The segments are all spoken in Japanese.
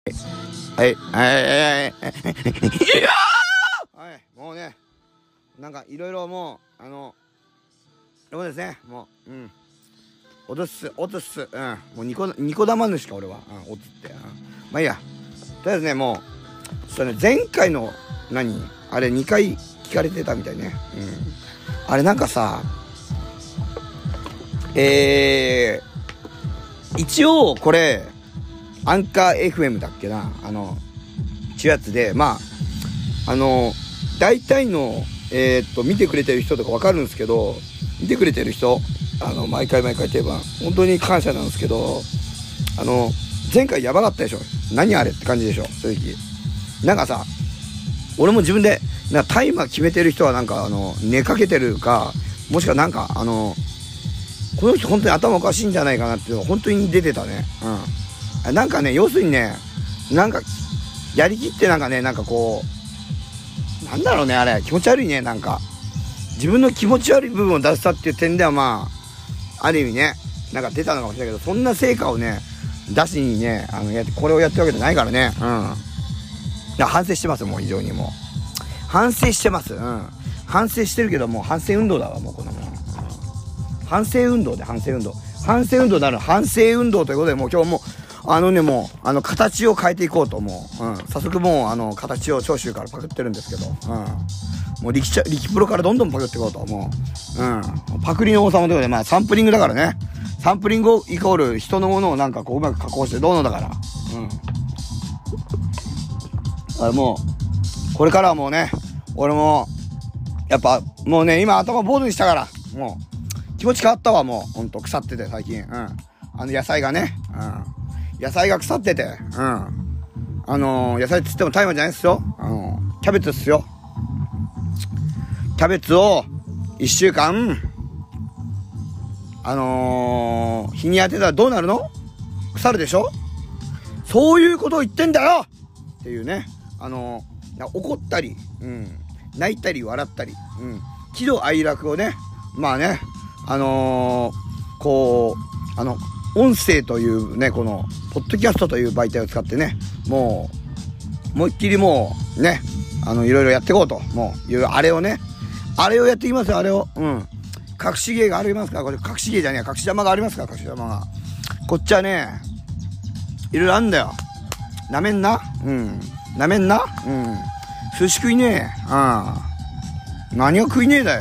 はい、もうね、なんかいろいろもう、そうですね、もう、おとす、もうニコ玉主か、俺は。おつって。まあいいや。とりあえずね、もう、ちょっとね、前回の、あれ2回聞かれてたみたいね。あれなんかさ、一応、これ、アンカー FM だっけな、ちゅうやつで、まあ、大体の、見てくれてる人とかわかるんですけど、見てくれてる人、毎回定番、本当に感謝なんですけど、前回やばかったでしょ。何あれって感じでしょ、正直。なんかさ、俺も自分で、タイマー決めてる人はなんか、寝かけてるか、もしくはなんか、この人本当に頭おかしいんじゃないかなっていうのが本当に出てたね。なんかね、要するにね、なんか、やりきってなんかね、なんかこう、なんだろうね、あれ、気持ち悪いね、なんか。自分の気持ち悪い部分を出したっていう点ではまあ、ある意味ね、なんか出たのかもしれないけど、そんな成果をね、出しにね、これをやってるわけじゃないからね。反省してます、もう非常にもう。反省してます。反省してるけど、もう反省運動だわ、もうこのもう。反省運動で、反省運動なる反省運動ということで、もう今日ももう、形を変えていこうと、もう、早速もう、形を長州からパクってるんですけど、もう力プロからどんどんパクっていこうと、もう、パクリの王様ということで、まあ、サンプリングだからね。サンプリングイコール人のものをなんかこう、うまく加工してどうのだから。もう、これからはもうね、俺も、やっぱ、もうね、今頭坊主にしたから、もう、気持ち変わったわ、もう、ほんと、腐ってて、最近。野菜がね、野菜が腐ってて、野菜って言ってもタイマーじゃないっすよ。キャベツっすよ。キャベツを1週間、日に当てたらどうなるの？腐るでしょ？そういうことを言ってんだよっていうね。怒ったり、泣いたり笑ったり、喜怒哀楽をね、まあね、音声というね、この、ポッドキャストという媒体を使ってね、もう、思いっきりもう、ね、いろいろやっていこうと。もう、あれをね、あれをやっていきますよ、あれを。隠し芸がありますか？これ、隠し芸じゃねえ、隠し玉がありますか？隠し玉が。こっちはね、いろいろあんだよ。なめんな？なめんな？寿司食いねえ。何を食いねえだよ。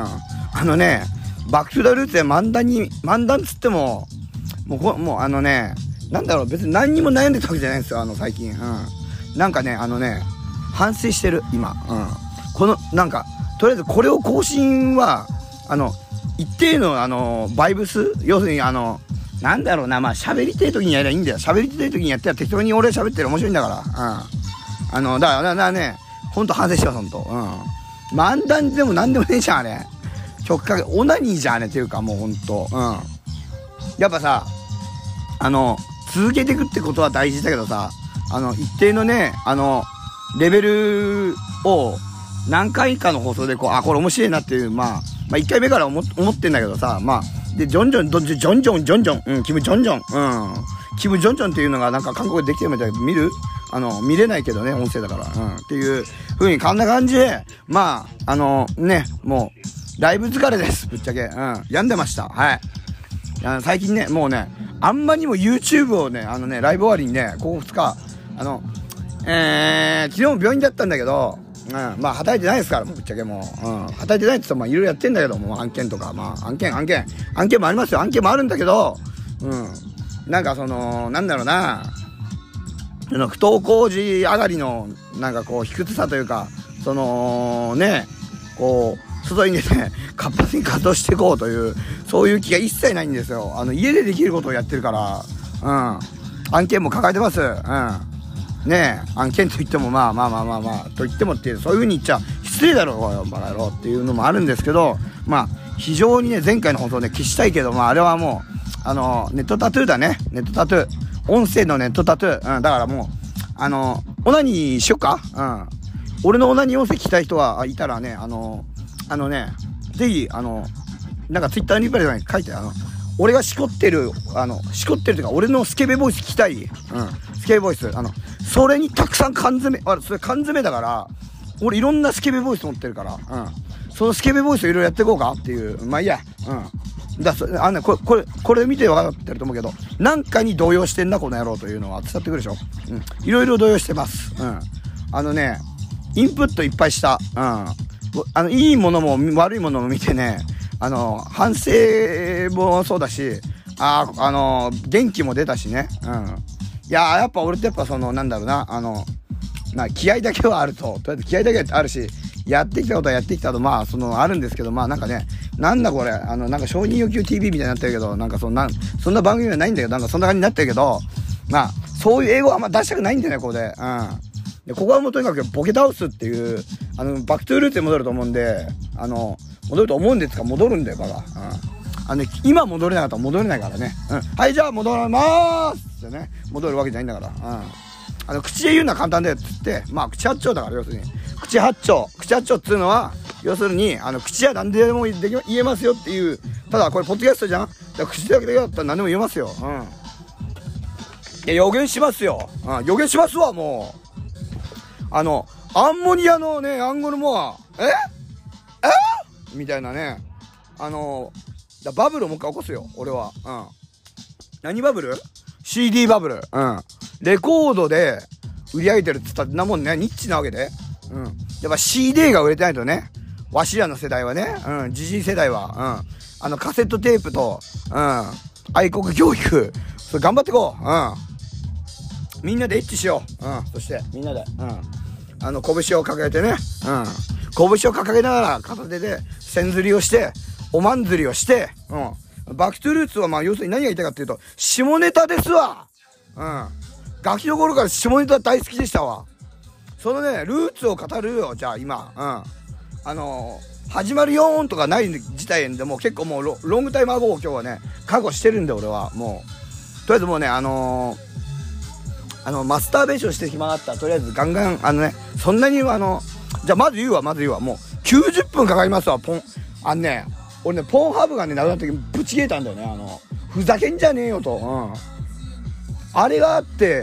バックトゥザルーツで漫談つっても、もうなんだろう、別に何にも悩んでたわけじゃないんですよ、最近。なんかね、反省してる、今。この、なんか、とりあえずこれを更新は、一定の、バイブス、要するになんだろうな、まあ、喋りたい時にやりゃいいんだよ。喋りたい時にやってら適当に俺喋ってる面白いんだから。だからね、ほんと反省してます、ほんと。漫談でも何でもねえじゃん、あれ。曲かけ、オナニーじゃん、あれ、っていうか、もうほんと。やっぱさ、続けていくってことは大事だけどさ、一定のね、レベルを、何回かの放送でこれ面白いなっていう、まあ1回目から思ってんだけどさ、まあ、で、キム・ジョンジョン、キム・ジョンジョンっていうのがなんか韓国でできてるみたいで見れないけどね、音声だから、っていう風に、こんな感じで、まあ、ね、もう、ライブ疲れです、ぶっちゃけ。病んでました。はい。最近ね、もうね、あんまりにも YouTube をね、ライブ終わりにね、ここ2日、昨日も病院だったんだけど、まあ、働いてないですから、もうぶっちゃけもう。働いてないって言ったら、まあ、いろいろやってんだけど、もう案件とか、まあ、案件もありますよ。案件もあるんだけど、なんかなんだろうな、不登校時上がりの、なんかこう、卑屈さというか、ね、こう、外に出て、活発に活動していこうという、そういう気が一切ないんですよ。家でできることをやってるから、案件も抱えてます。ねえ、案件と言ってもまあ、と言ってもっていう、そういう風に言っちゃ失礼だろ、バカ野郎っていうのもあるんですけど、まあ、非常にね、前回の放送ね、消したいけど、まあ、あれはもう、ネットタトゥーだね。ネットタトゥー。音声のネットタトゥー。だからもう、オナニーしよっか？俺のオナニー音声聞きたい人はいたらね、ぜひ、なんかツイッターにリプライに書いて、俺がしこってるというか、俺のスケベボイス聞きたい。スケベボイス。 それにたくさん缶詰、それ缶詰だから、俺いろんなスケベボイス持ってるから、そのスケベボイスをいろいろやっていこうかっていう、まあいいや、これ見て分かってると思うけど、なんかに動揺してんな、この野郎というのは伝わってくるでしょ。いろいろ動揺してます。インプットいっぱいした。いいものも悪いものも見てね、反省もそうだし、元気も出たしね。いややっぱ俺ってやっぱなんだろうな、気合だけはあると。とりあえず気合だけはあるし、やってきたことはやってきたと、あるんですけど、なんかね、なんだこれ、なんか承認欲求 TV みたいになってるけど、なんかそんな番組はないんだけど、なんかそんな感じになってるけど、そういう英語はあんま出したくないんだよね、ここで。で、ここはもうとにかくボケ倒すっていう、バックトゥールーツに戻ると思うんで、戻ると思うんですが、戻るんだよ、バカ。今戻れなかったら戻れないからね。はい、じゃあ戻りまーすってね、戻るわけじゃないんだから。口で言うのは簡単だよって言って、口八丁だから、要するに。口八丁っていうのは、要するに、口は何でも言えますよっていう、ただこれポッドキャストじゃん。だから口だけだったら何でも言えますよ。いや、予言しますよ。予言しますわ、もう。アンモニアのね、アンゴルモア、みたいなね、バブルをもう一回起こすよ、俺は。何バブル？ CD バブル。レコードで売り上げてるって言ったらなもんね、ニッチなわけで。やっぱ CD が売れてないとね、わしらの世代はね、ジジイ世代は、カセットテープと、愛国教育、それ頑張ってこう。みんなで一致しよう。そして、みんなで、拳を掲げてね、拳を掲げながら片手で線釣りをして、おまん釣りをして、バックトゥルーツは要するに何が言いたいかっていうと、下ネタですわ。ガキの頃から下ネタ大好きでしたわ。そのね、ルーツを語るよ、じゃあ今。始まるよーんとかない時点でもう結構もうロングタイムアゴを今日はね、覚悟してるんで俺は。もう、とりあえずもうね、マスターベーションして暇があったら、とりあえずガンガン、そんなにじゃあまず言うわ、もう90分かかりますわ、俺ね、ポンハブがね、なくなった時ブチ切れたんだよね、ふざけんじゃねえよと。あれがあって、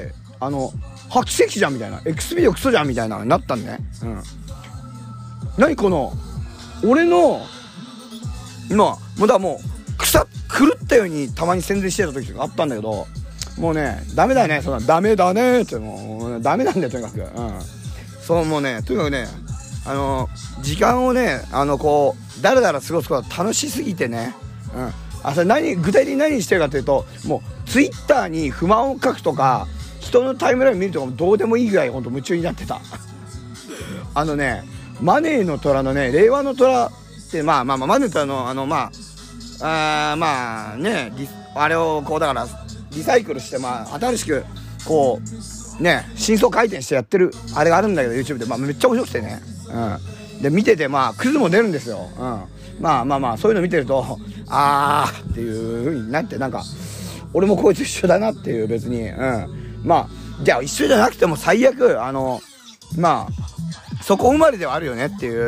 奇跡じゃんみたいな、X ビデオクソじゃんみたいな、なったんね。何この、俺の、もう狂ったようにたまに宣伝してた時とかあったんだけど、もうね、ダメだね、ダメだねって、もう、ダメなんだよ、とにかく。もうね、とにかくね、時間をね、だらだら過ごすことは楽しすぎてね、それ具体的に何してるかというと、もう、ツイッターに不満を書くとか、人のタイムライン見るとかもどうでもいいぐらい、ほんと夢中になってた。マネーの虎のね、令和の虎って、マネーの虎の、あれをだから、リサイクルして、新しく、真相回転してやってる、あれがあるんだけど、YouTube で、めっちゃ面白くてね。で、見てて、クズも出るんですよ。そういうの見てると、っていう風になって、なんか、俺もこいつ一緒だなっていう、別に、じゃあ一緒じゃなくても最悪、そこ生まれではあるよねっていう、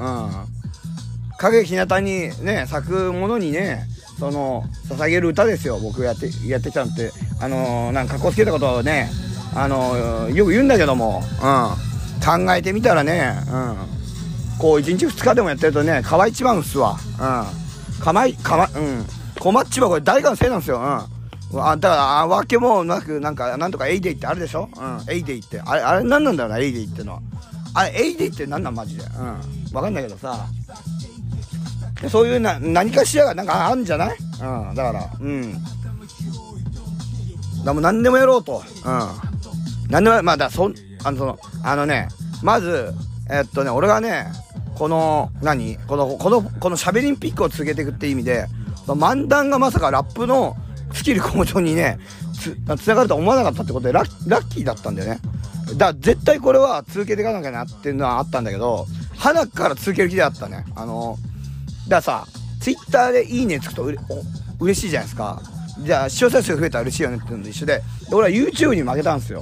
影ひなたにね、咲くものにね、捧げる歌ですよ、僕やってきたのって。なんか、かっこつけたことはね、よく言うんだけども、考えてみたらね、1日2日でもやってるとね、かわいちまうんすわ。困っちまう、これ誰かのせいなんですよ。だから、わけもなく、なんとかエイデイってあるでしょ。エイデイって。あれ何なんだろうな、エイデイってのは。エイデイって何なんマジで。わかんないけどさ。そういう何かしらがなんかあるんじゃない？だから、もう何でもやろうと。何でも、まず、俺がね、この喋りンピックを続けていくって意味で、漫談がまさかラップのスキル向上にね、つながるとは思わなかったってことでラッキーだったんだよね。だから絶対これは続けていかなきゃなっていうのはあったんだけど、鼻から続ける気であったね。だからさ、ツイッターでいいねつくと嬉しいじゃないですか。じゃあ視聴者数が増えたら嬉しいよねっていうのと一緒で、俺は YouTube に負けたんですよ。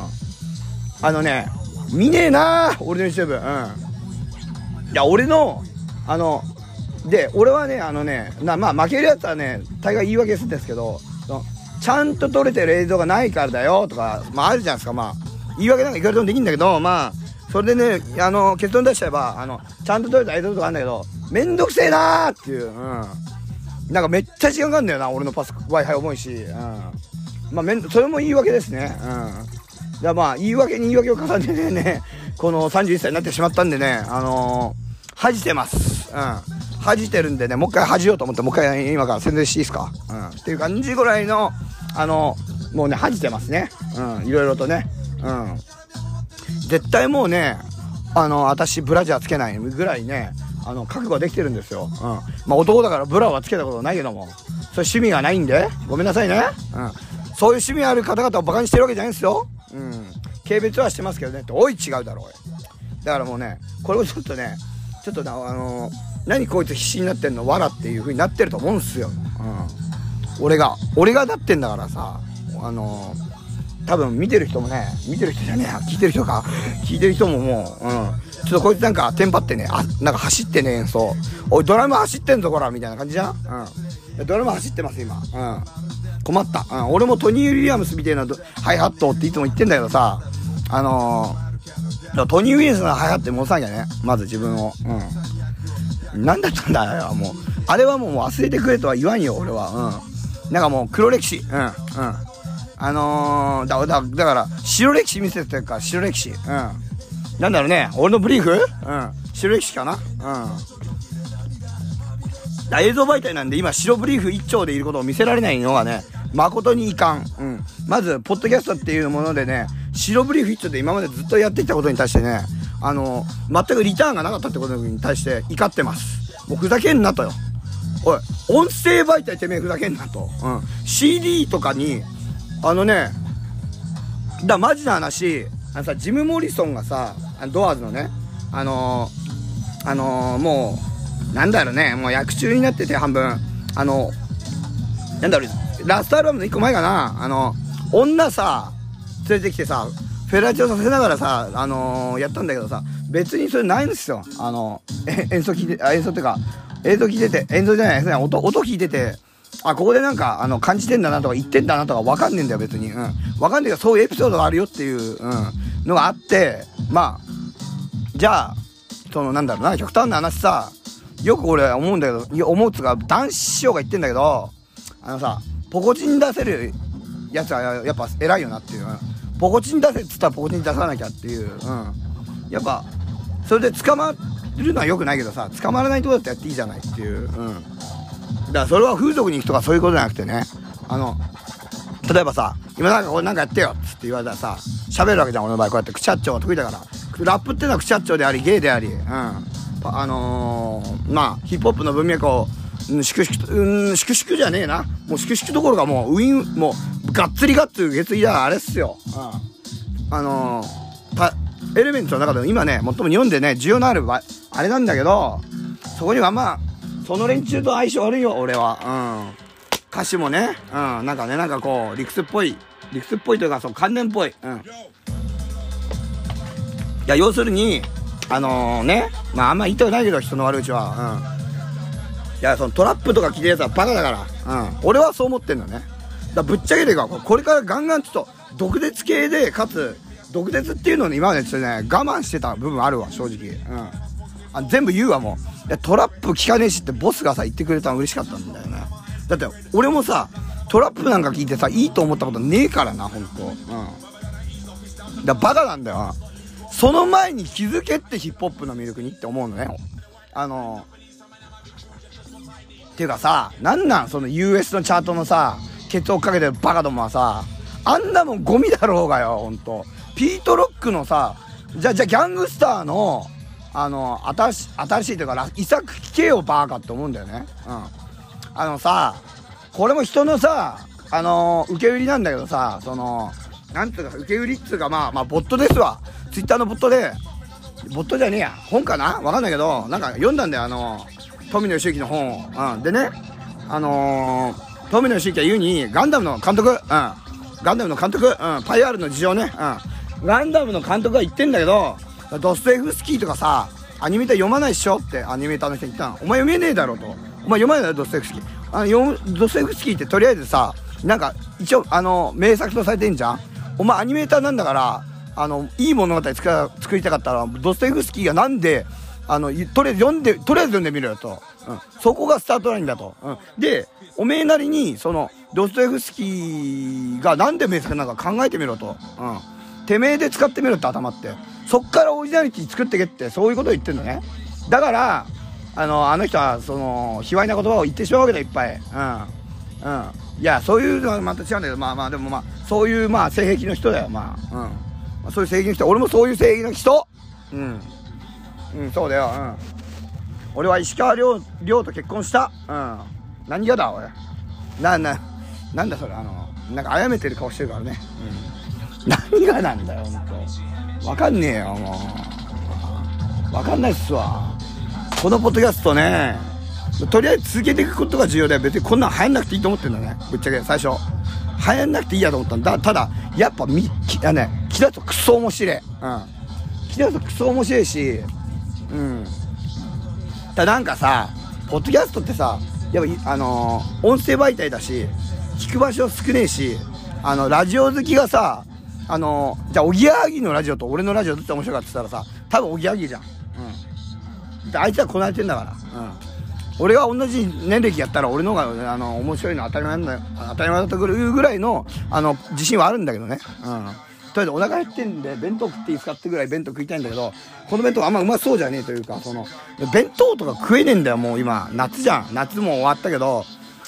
見ねえなー、俺の YouTube。いや、俺の俺はね、負けるやつはね、大概言い訳するんですけど、ちゃんと撮れてる映像がないからだよとか、あるじゃないですか。 言い訳なんかいくらでもできるんだけど、まあそれでね、結論出しちゃえばちゃんと撮れた映像とかあるんだけど、めんどくせえなーっていう、なんかめっちゃ時間かかんだよな、俺のWi-Fi 重いし、まあそれも言い訳ですね。だからまあ言い訳に言い訳を重ねてね、この31歳になってしまったんでね、恥じてます。恥じてるんでね、もう一回恥じようと思って、もう一回今から宣伝していいですか？っていう感じぐらいの、もうね、恥じてますね。いろいろとね。絶対もうね、私ブラジャーつけないぐらいね、覚悟はできてるんですよ。まあ男だからブラはつけたことないけども、そういう趣味がないんで、ごめんなさいね。そういう趣味ある方々をバカにしてるわけじゃないんですよ。軽蔑はしてますけどね、っておい違うだろう。だからもうね、これをちょっとね、何こいつ必死になってんのわらっていう風になってると思うんすよ。俺がなってんだからさ、多分見てる人じゃねえや、聞いてる人ももう、ちょっとこいつなんかテンパってね、なんか走ってね、演奏。おい、ドラム走ってんぞ、こらみたいな感じじゃん。ドラム走ってます、今。困った。俺もトニー・ウィリアムスみたいなハイハットっていつも言ってんだけどさ、トニー・ウィリアムスのハイハットって戻さなきゃね、まず自分を。なんだったんだよ、もう。あれはもう忘れてくれとは言わんよ、俺は。なんかもう黒歴史。だから白歴史見せてるから、白歴史。なんだろうね、俺のブリーフ？白歴史かな。映像媒体なんで今白ブリーフ一丁でいることを見せられないのはね、誠に遺憾。まずポッドキャストっていうものでね、白ブリーフ一丁で今までずっとやってきたことに対してね、全くリターンがなかったってことに対して怒ってます。もうふざけんなとよ。おい、音声媒体てめえふざけんなと。CD とかにマジな話、ジム・モリソンがさ、ドアーズのね、もうなんだろうね、もう役中になってて半分、なんだろう、ラストアルバムの1個前かな、女さ連れてきてさ、フェラチオさせながらさ、やったんだけどさ、別にそれないんですよ。演奏っていうか、映像聞いてて、演奏じゃないですね、音聞いてて、ここでなんか感じてんだなとか言ってんだなとか分かんねえんだよ、別に。分かんねえけど、そういうエピソードがあるよっていう、のがあって、まあじゃあなんだろうな、極端な話さ、よく俺思うんだけど、思うつか男子師匠が言ってんだけど、ポコチン出せるやつはやっぱ偉いよなっていう。ポコチン出せっつったらポコチン出さなきゃっていう。やっぱそれで捕まるのはよくないけどさ、捕まらないとこだってやっていいじゃないっていう。だからそれは風俗に行くとかそういうことじゃなくてね、例えばさ、今なんかこれなんかやってよっつって言われたらさ、喋るわけじゃん。俺の場合こうやって口八丁が得意だから、ラップっていうのは口八丁でありゲイであり、まあヒップホップの文脈を粛々じゃねえな、もう粛々どころかもうもうがっつり月意だあれっすよ。エレメンツの中でも今ね、最も日本でね需要のあるあれなんだけど、そこにはまあその連中と相性悪いよ俺は。歌詞もね、なんかこう理屈っぽいというか、関連っぽい。いや要するにね、まああんま言いたくないけど人の悪口は、いやそのトラップとか聞いてるやつはバカだから、俺はそう思ってんのね。だぶっちゃけてか、これからガンガンちょっと毒舌系で、かつ毒舌っていうのに今までちょっとね我慢してた部分あるわ正直。全部言うわもう。いやトラップ聞かねえしってボスがさ言ってくれたの嬉しかったんだよね。だって俺もさトラップなんか聞いてさいいと思ったことねえからな、ほんと。だバカなんだよ。その前に気づけってヒップホップの魅力にって思うのね。っていうかさ、なんその US のチャートのさケツをかけてるバカどもはさ、あんなもんゴミだろうがよ、ほんと。ピートロックのさ、じゃあギャングスターの新しいというか遺作聞けよバーカって思うんだよね。さ、これも人のさ受け売りなんだけどさ、なんていうか受け売りっつうか、まあボットですわ。ツイッターのボットで、ボットじゃねえや、本かなわかんないけど、なんか読んだんだよ、富野義行の本を。でね、富野義行は言うにガンダムの監督、パイアールの事情ね、ガンダムの監督が言ってんだけど、ドストエフスキーとかさアニメーター読まないっしょってアニメーターの人に言ったの。お前読めねえだろと。お前読まないだろドストエフスキー。ドストエフスキーってとりあえずさ、なんか一応名作とされてんじゃん。お前アニメーターなんだからいい物語作りたかったら、ドストエフスキーがなんで、とりあえず読んでみろよと。そこがスタートラインだと。で、おめえなりに、ドストエフスキーがなんで名作なんか考えてみろと。てめえで使ってみろって頭って。そっからオリジナリティ作ってけって、そういうことを言ってんだね。だから、あの人は、卑猥な言葉を言ってしまうわけだ、いっぱい。いや、そういうのはまた違うんだけど、でもそういう、性癖の人だよ、そういう性癖の人。俺もそういう性癖の人。そうだよ。俺は石川遼と結婚した。何がだ、おい。なんだそれ、なんか殺めてる顔してるからね。何がなんだよ、ほんと。わかんねえよ、もう。わかんないっすわ。このポッドキャストね、とりあえず続けていくことが重要だよ。別にこんなん流行んなくていいと思ってんだね。ぶっちゃけ最初。流行んなくていいやと思ったんだ。ただ、やっぱ木だとクソ面白い。木だとクソ面白いし、ただなんかさ、ポッドキャストってさ、やっぱ音声媒体だし、聞く場所少ねえし、ラジオ好きがさ、じゃあおぎやはぎのラジオと俺のラジオどっち面白いかって言ったらさ、多分おぎやはぎじゃん。あいつはこなれてんだから。俺が同じ年齢やったら俺の方が面白いの当たり前だというぐらいの自信はあるんだけどね。とりあえずお腹減ってんで弁当食っていいですかってぐらい弁当食いたいんだけど、この弁当あんまうまそうじゃねえというか、弁当とか食えねえんだよ。もう今夏じゃん。夏も終わったけど、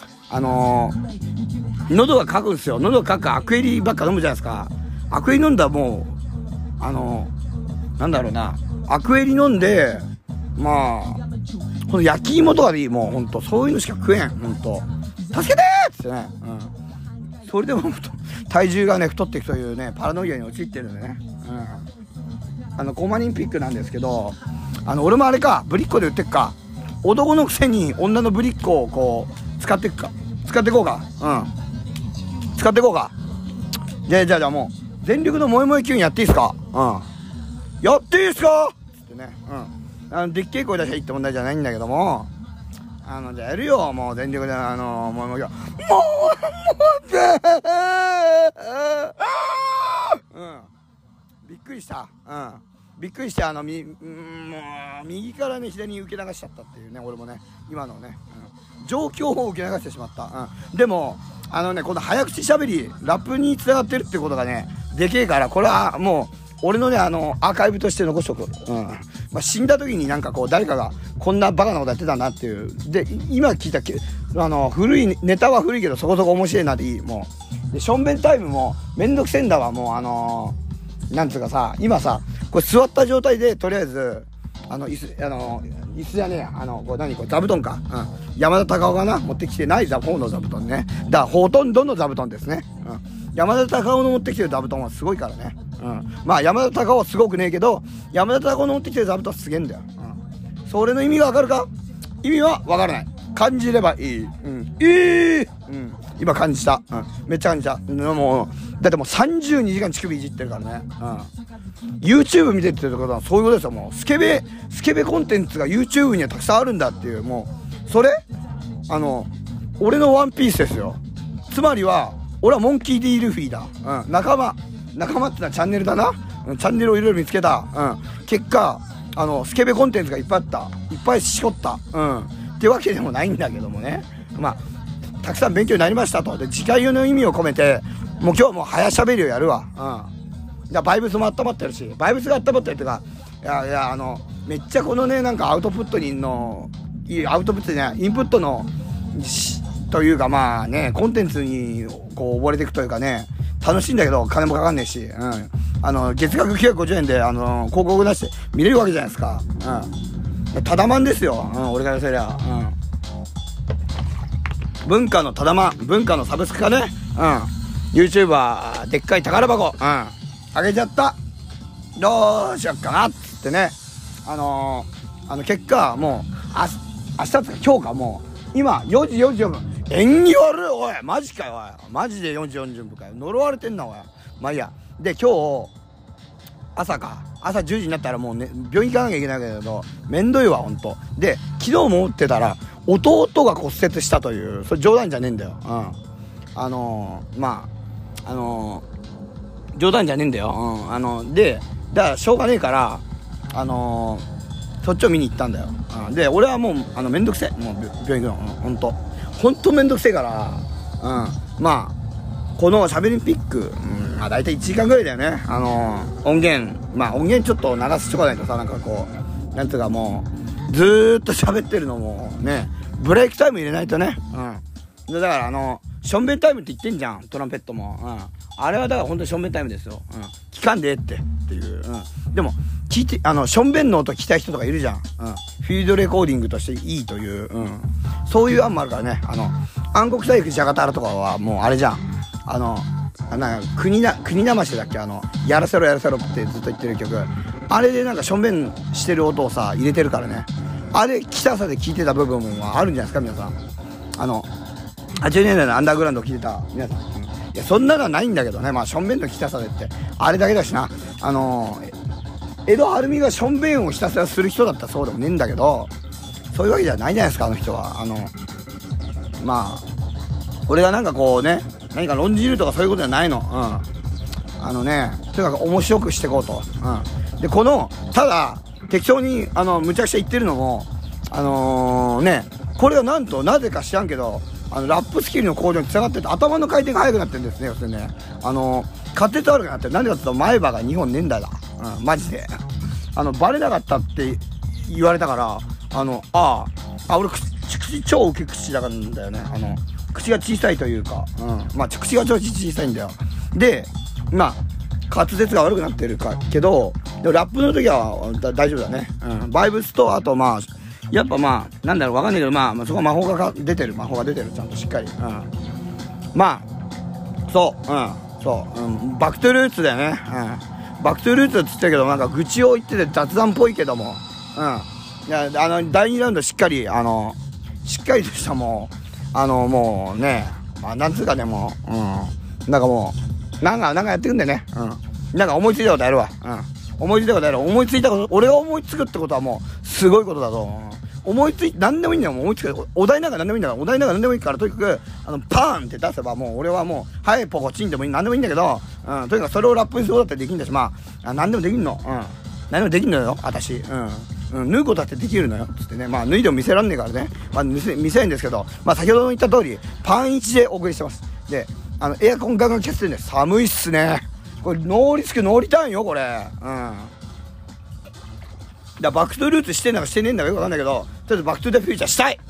喉が渇くんですよ。喉が渇くアクエリばっか飲むじゃないですか。アクエリ飲んだらもうなんだろうな、アクエリ飲んで、この焼き芋とかでいい。もうほんとそういうのしか食えん。ほんと助けてーっつってね。それでも体重がね太っていくというねパラノイアに陥ってるんでね。コマニンピックなんですけど、俺もあれか、ぶりっ子で売ってっか。男のくせに女のぶりっ子をこう使っていこうか。使っていこうか。じゃあもう全力の萌え萌えキュンやっていいっすか。やっていいっすかつってね。でっけえ声出しゃいいって問題じゃないんだけども、じゃあやるよ。もう全力でもうびっくりした。びっくりしてもう右からね左に受け流しちゃったっていうね。俺もね今のね、状況を受け流してしまった。でもこの早口しゃべりラップに繋がってるってことがねでけえから、これはもう俺のねアーカイブとして残しとく。死んだ時になんかこう誰かがこんなバカなことやってたなっていうで、今聞いた古いネタは古いけどそこそこ面白いなでいい。もうでションベンタイムもめんどくせえんだわ。もうなんつうかさ、今さこれ座った状態でとりあえず椅子じゃねえや、これ座布団か。山田隆夫がな持ってきてない方の座布団ね。だからほとんどの座布団ですね。山田隆夫の持ってきてる座布団はすごいからね。山田隆夫はすごくねえけど、山田隆夫の持ってきてる座布団はすげえんだよ。それの意味がわかるか。意味はわからない。感じればいい。今感じた。めっちゃ感じた。もうだってもう32時間乳首いじってるからね。YouTube 見てってことはそういうことですよ。もうスケベコンテンツが YouTube にはたくさんあるんだっていう。もうそれ俺のワンピースですよ。つまりは俺はモンキー D ルフィだ。仲間ってのはチャンネルだな。チャンネルをいろいろ見つけた。結果スケベコンテンツがいっぱいあった。いっぱいしこった。ってわけでもないんだけどもね。たくさん勉強になりましたと。で次回用の意味を込めてもう今日はもう早しゃべりをやるわ。バイブスも温まってるし、バイブスが温まってるっていうか、めっちゃこのねなんかアウトプットじゃない、インプットのというかコンテンツにこう溺れていくというかね、楽しいんだけど金もかかんねえし、月額950円で広告出して見れるわけじゃないですか。ただまんですよ。俺からすりゃ、文化のただまん、文化のサブスクかね。YouTuber でっかい宝箱あげちゃった。どうしよっかなっつってね。結果もう明日とか今日か、もう今4時44分。縁起悪い。おいマジかよ。おいマジで4時40分かよ。呪われてんなおい。まあいいや。で今日朝10時になったらもうね病院行かなきゃいけないけどめんどいわほんと。で昨日も思ってたら弟が骨折したという、それ冗談じゃねえんだよ。 冗談じゃねえんだよ。で、だからしょうがねえから、そっちを見に行ったんだよ。で、俺はもう、めんどくせえ。もう病院行くの。ほんとめんどくせえから、まあ、このしゃべりピック、まあ大体1時間ぐらいだよね。音源ちょっと流しとかないとさ、なんかこう、なんつうかもう、ずーっと喋ってるのもね、ブレイクタイム入れないとね。だからションベンタイムって言ってんじゃん、トランペットも。あれはだから本当にションベンタイムですよ。聞かんでっていう。でも、聞いて、ションベンの音聞きたい人とかいるじゃん。フィールドレコーディングとしていいという、そういう案もあるからね。暗黒大陸ジャカタラとかはもうあれじゃん。なんか国生しだっけ、やらせろってずっと言ってる曲。あれでなんかしょんべんしてる音をさ、入れてるからね。あれ、北さで聞いてた部分はあるんじゃないですか、皆さん。80年代のアンダーグラウンドを聞いてた皆さん。いや、そんなのはないんだけどね。まあ、しょんべんの北さでって、あれだけだしな。江戸晴美がしょんべんをひたすらする人だったらそうでもねえんだけど、そういうわけじゃないじゃないですか、あの人は。まあ、俺がなんかこうね、何か論じるとかそういうことじゃないの。とにかく面白くしていこうと。で、ただ、適当に、むちゃくちゃ言ってるのも、これがなんと、なぜか知らんけど、ラップスキルの向上につながってて、頭の回転が速くなってるんですね、要するにね。滑舌悪くなってる。なんでかって言うと、前歯が2本ねえんだ。マジで。バレなかったって言われたから、俺、口超受け口だからんだよね。口が小さいというか、口が超小さいんだよ。で、滑舌が悪くなってるけど、でもラップの時は大丈夫だね。バイブスと、あとやっぱなんだろう、わかんないけど、そこは魔法が出てる、ちゃんとしっかり。バックトゥルーツだよね。バックトゥルーツって言ってたけど、なんか愚痴を言ってて雑談っぽいけども、いや、第2ラウンドしっかりとしたもうね、なんつうかね、もう、なんかやってくんだよね。なんか思いついたことやるわ。思いついたこと、俺が思いつくってことはもう、すごいことだぞ。なんでもいいんだよ、もう思いつく。お題なんかなんでもいいんだから、とにかく、パーンって出せば、もう俺はもう、はい、ポコチンでもいい、なんでもいいんだけど、とにかくそれをラップにすることだってできるんだし、なんでもできんの。何でもできんのよ、私。脱ぐことだってできるのよ、つってね。脱いでも見せらんねえからね。見せんですけど、先ほども言った通り、パン1でお送りしてます。で、エアコンガンガン消してるんで、寒いっすね。これ、ノーリスク、ノーリターンよ、これ。バックトゥルーツしてんだかしてねえんだかよくわかんないけど、とりあえずバックトゥザフューチャーしたい。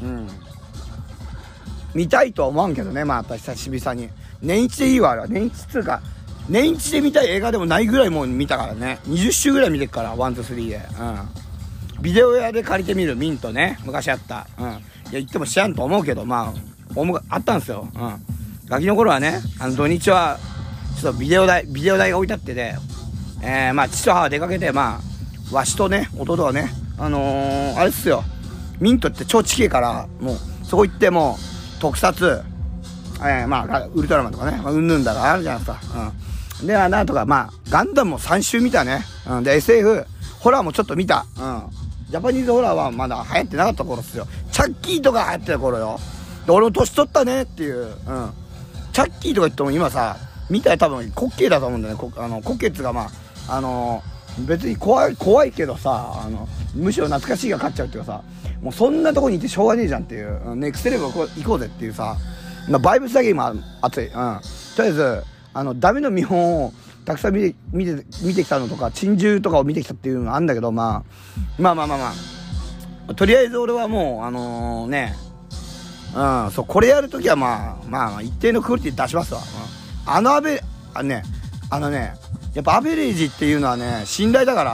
見たいとは思わんけどね、私久しぶりに。年一でいいわ、あれは。年一で見たい映画でもないぐらいもう見たからね。20週ぐらい見てっから、1、2、3で。ビデオ屋で借りてみる、ミントね。昔あった。いや、言っても知らんと思うけど、あったんですよ。ガキの頃はね、土日は、ちょっとビデオ台が置いてあってて、父と母は出かけて、わしとね、弟はね、あれっすよ。ミントって超近いから、もう、そこ行ってもう、特撮、ウルトラマンとかね、うんぬんだからあるじゃないですか。で、なんとか、ガンダムも3週見たね。で、SF、ホラーもちょっと見た。ジャパニーズホラーはまだ流行ってなかった頃っすよ。チャッキーとか流行ってた頃よ。で、俺も年取ったねっていう。チャッキーとか言っても今さ、見たら多分滑稽だと思うんだよね。滑稽っていうか別に怖いけどさ、むしろ懐かしいが勝っちゃうっていうかさ、もうそんなとこにいてしょうがねえじゃんっていう、ネクストレベル行こうぜっていうさ、バイブスだけ今熱い。とりあえず、ダメの見本をたくさん見てきたのとか、珍獣とかを見てきたっていうのがあるんだけど、とりあえず俺はもう、これやるときは一定のクオリティ出しますわ。やっぱアベレージっていうのはね、信頼だから、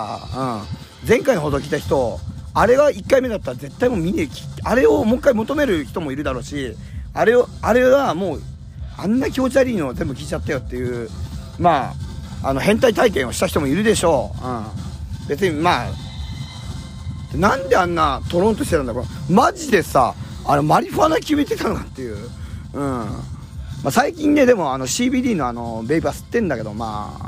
前回の放送聞いた人、あれが1回目だったら絶対もうあれをもう一回求める人もいるだろうし、あれはもう、あんな気持ち悪いのを全部聞いちゃったよっていう、変態体験をした人もいるでしょう。別になんであんなトロンとしてたんだろう。マジでさ、マリファナ決めてたのかっていう。最近ね、でもCBD のベイパー吸ってんだけど、ど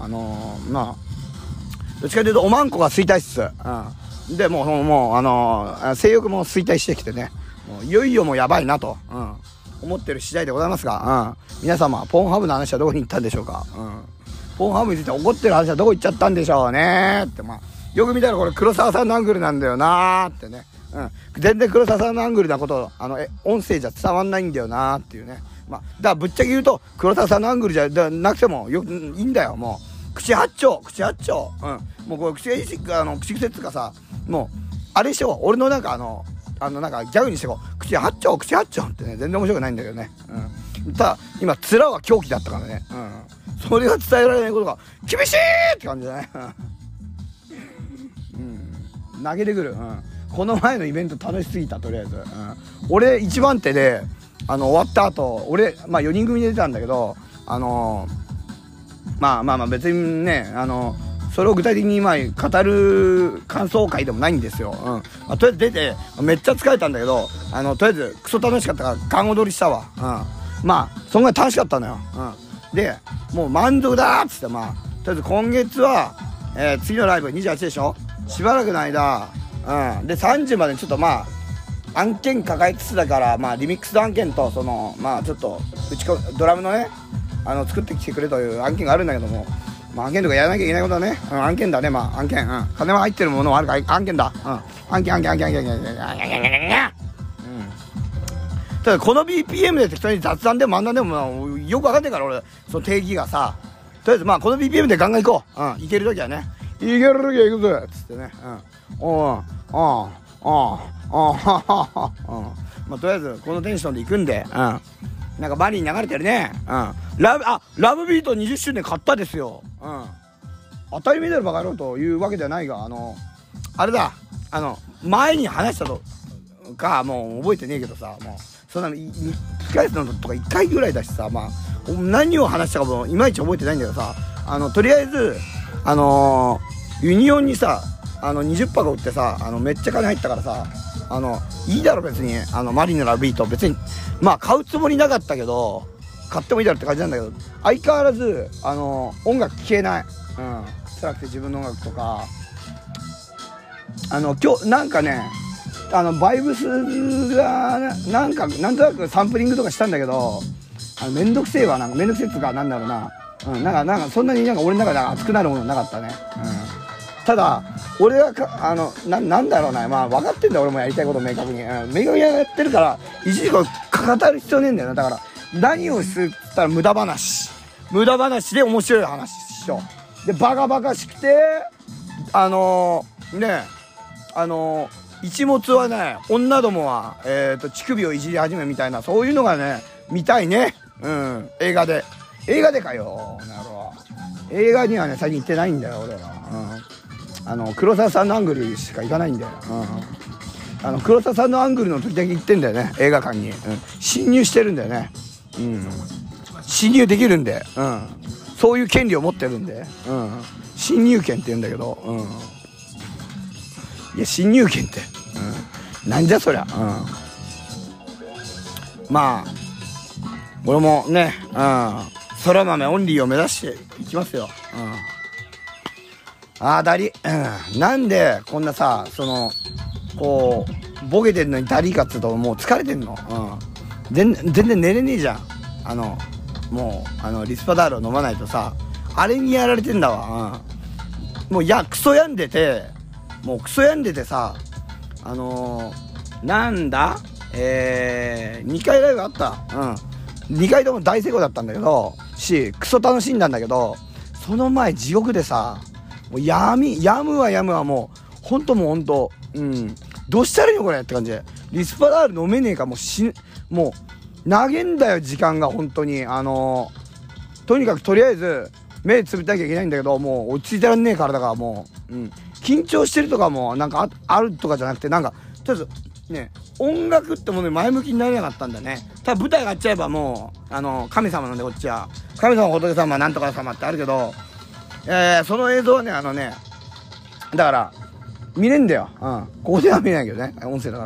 っちかというとおまんこが衰退っす。で、もう性欲も衰退してきてね、もういよいよもうやばいなと、思ってる次第でございますが、皆様、ポーンハブの話はどこに行ったんでしょうか。 フォンハムについて怒ってる話はどこ行っちゃったんでしょうねって、よく見たらこれ黒沢さんのアングルなんだよなーってね。全然黒沢さんのアングルなこと音声じゃ伝わんないんだよなーっていうね。だからぶっちゃけ言うと黒沢さんのアングルじゃなくてもいいんだよ。もう口八丁、もうこれ口癖っていうかさ、もうあれしてこう、俺のなんかなんかギャグにしてこう、口八丁ってね、全然面白くないんだけどね。ただ今面は狂気だったからね。それが伝えられないことが厳しいって感じだね。投げてくる。この前のイベント楽しすぎた。とりあえず、俺一番手で終わった後、俺4人組で出たんだけど、別にね、それを具体的に語る感想会でもないんですよ。とりあえず出てめっちゃ疲れたんだけど、とりあえずクソ楽しかったからガン踊りしたわ。そんぐらい楽しかったのよ。でもう満足だーっつって、とりあえず今月は、次のライブ28でしょ。しばらくの間、で30までにちょっと案件抱えつつだから、リミックス案件とちょっとドラムのね作ってきてくれという案件があるんだけども、案件とかやらなきゃいけないことはね、案件だね。案件、金は入ってるものはあるから案件だ。案件。ただこの BPM で適当に雑談でも漫談でもよくわかんないから、俺その定義がさ。とりあえずこの BPM でガンガン行こう。行けるときはね、いけるときは行くぜっつってね。とりあえずこのテンションで行くんで、なんかバリに流れてるね。ラブビート20周年買ったですよ。当たり前だろバカ野郎というわけではないが、あれだ、前に話したとかもう覚えてねえけどさ、もうそんな1回のとか1回ぐらいだしさ、何を話したかもいまいち覚えてないんだけどさ、とりあえずユニオンにさ20箱売ってさ、めっちゃ金入ったからさ、いいだろ別に、マリンのラブビート別に買うつもりなかったけど買ってもいいだろって感じなんだけど、相変わらず音楽聴けない。辛くて自分の音楽とか今日なんかねバイブスがなんとなくサンプリングとかしたんだけど、めんどくせえわ。めんどくせえっていうか、なんだろうな、なんかそんなに俺の中で熱くなるものなかったね。ただ俺はなんだろうな、分かってんだよ俺もやりたいこと明確に、やってるから一時語る必要ねえんだよな。だから何をするって言ったら無駄話で面白い話しよう。でバカしくて一物はね、女どもは乳首をいじり始めみたいな、そういうのがね見たいね。映画でかよなるほど。映画にはね最近行ってないんだよ俺は。黒沢さんのアングルしか行かないんだよ。黒沢さんのアングルの時だけ行ってんだよね、映画館に。侵入してるんだよね。侵入できるんで、そういう権利を持ってるんで、侵入権って言うんだけど、いや侵入権って、なんじゃそりゃ。俺もね、空豆オンリーを目指していきますよ。ダリ、なんでこんなさ、こうボケてんのにダリかっつうともう疲れてんの。全然寝れねえじゃん。もうリスパダールを飲まないとさ、あれにやられてんだわ。もうクソ病んでてさ、なんだ2回ライブあった。2回とも大成功だったんだけどクソ楽しんだんだけど、その前地獄でさ、もうやむわもうほんとどうしたらいいのこれって感じで、リスパダール飲めねえかもう投げんだよ時間が本当に。とにかくとりあえず目つぶってなきゃいけないんだけど、もう落ち着いてらんねえ体がもう、緊張してるとかもなんかあるとかじゃなくて、なんかとりあえずね、音楽ってものに前向きになれなかったんだね。ただ舞台があっちゃえばもう神様なんで、こっちは神様仏様なんとか様ってあるけど、その映像はねだから見れんだよ。ここでは見れないけどね、音声だから、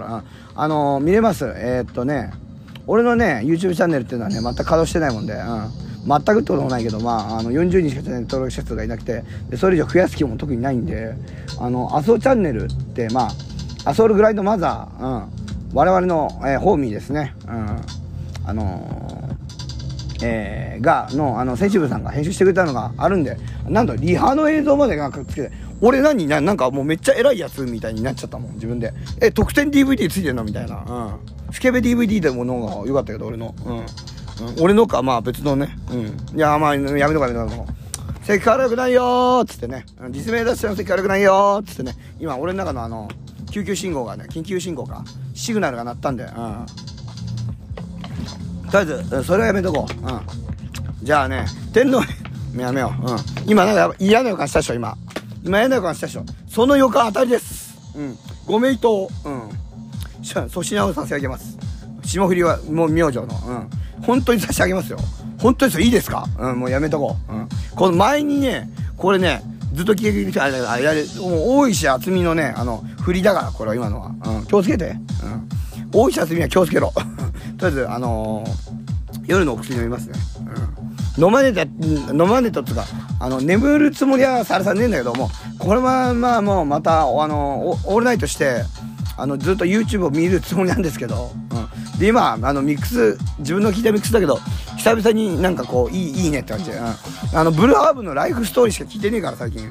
見れます。俺のね YouTube チャンネルっていうのはね全く稼働してないもんで、全くってこともないけど、40人しかチャンネル登録者数がいなくて、でそれ以上増やす気も特にないんで、アソチャンネルってアソールグライドマザー、我々の、ホーミーですね。 センシブルさんが編集してくれたのがあるんで、なんとリハの映像までなんかつけて、俺なんかもうめっちゃ偉いやつみたいになっちゃったもん、自分で。特典 DVD ついてんのみたいな。スケベ DVD でものが良かったけど、俺の。俺のか、まあ別のね。いや、まあ、やめとか。席軽くないよーっつってね。実名出しての席軽くないよーっつってね。今、俺の中の救急信号がね、緊急信号か。シグナルが鳴ったんで、とりあえず、それはやめとこう。じゃあね、天皇、やめよう。今なんか嫌な予感したでしょ、今嫌な予感したでしょ。その予感当たりです。ご名答。粗品を差し上げます。霜降りはもう明星の。本当に差し上げますよ。本当にそれいいですか？もうやめとこう。この前にね、これね、ずっと聞いてきて、もう大石厚みのね、振りだから、これは今のは。気をつけて。大石厚みは気をつけろ。とりあえず、夜のお薬飲みますね。飲まねえとつうか、眠るつもりはさらさねえんだけども、これはまあもうまた、オールナイトして、ずっと YouTube を見るつもりなんですけど、で、今、ミックス、自分の聞いたミックスだけど、久々になんかこう、いいねって感じで、ブルーハーブのライフストーリーしか聞いてねえから、最近。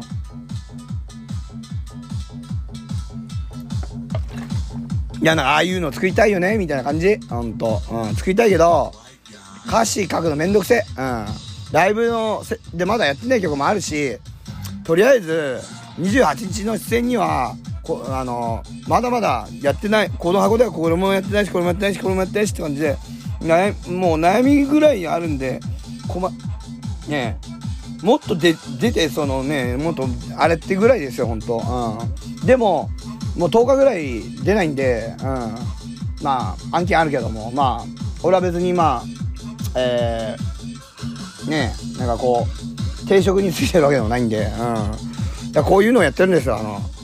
いや、なんかああいうの作りたいよねみたいな感じ。ほんと。作りたいけど、歌詞書くのめんどくせえ。ライブでまだやってない曲もあるし、とりあえず、28日の出演には、まだまだやってない。この箱ではこれもやってないし、これもやってないし、これもやってないしって感じで、もう悩みぐらいあるんで、ねえ、もっと出て、もっとあれってぐらいですよ、ほんと。でも、もう10日ぐらい出ないんで、まあ、案件あるけども、まあ、俺は別にまあ、ねえ、なんかこう、定職についてるわけでもないんで、こういうのをやってるんですよ、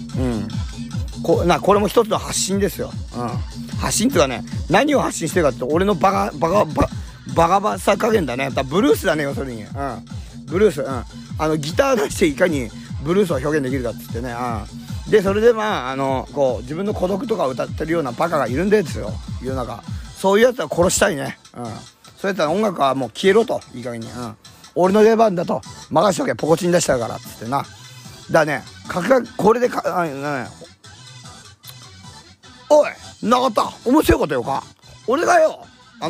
これも一つの発信ですよ。発信っていうかね、何を発信してるかって、俺のバカさ加減だね。ブルースだね、要するに。ブルース、ギター出していかにブルースを表現できるかって言ってね。で、それでまあ、こう、自分の孤独とかを歌ってるようなバカがいるんですよ、世の中。そういうやつは殺したいね。そうやったら音楽はもう消えろと、いい加減に。俺の出番だと、任しとけ、ポコチン出したから、つってな。だね、これでおい、なかった。面白いことよか。俺がよ、フ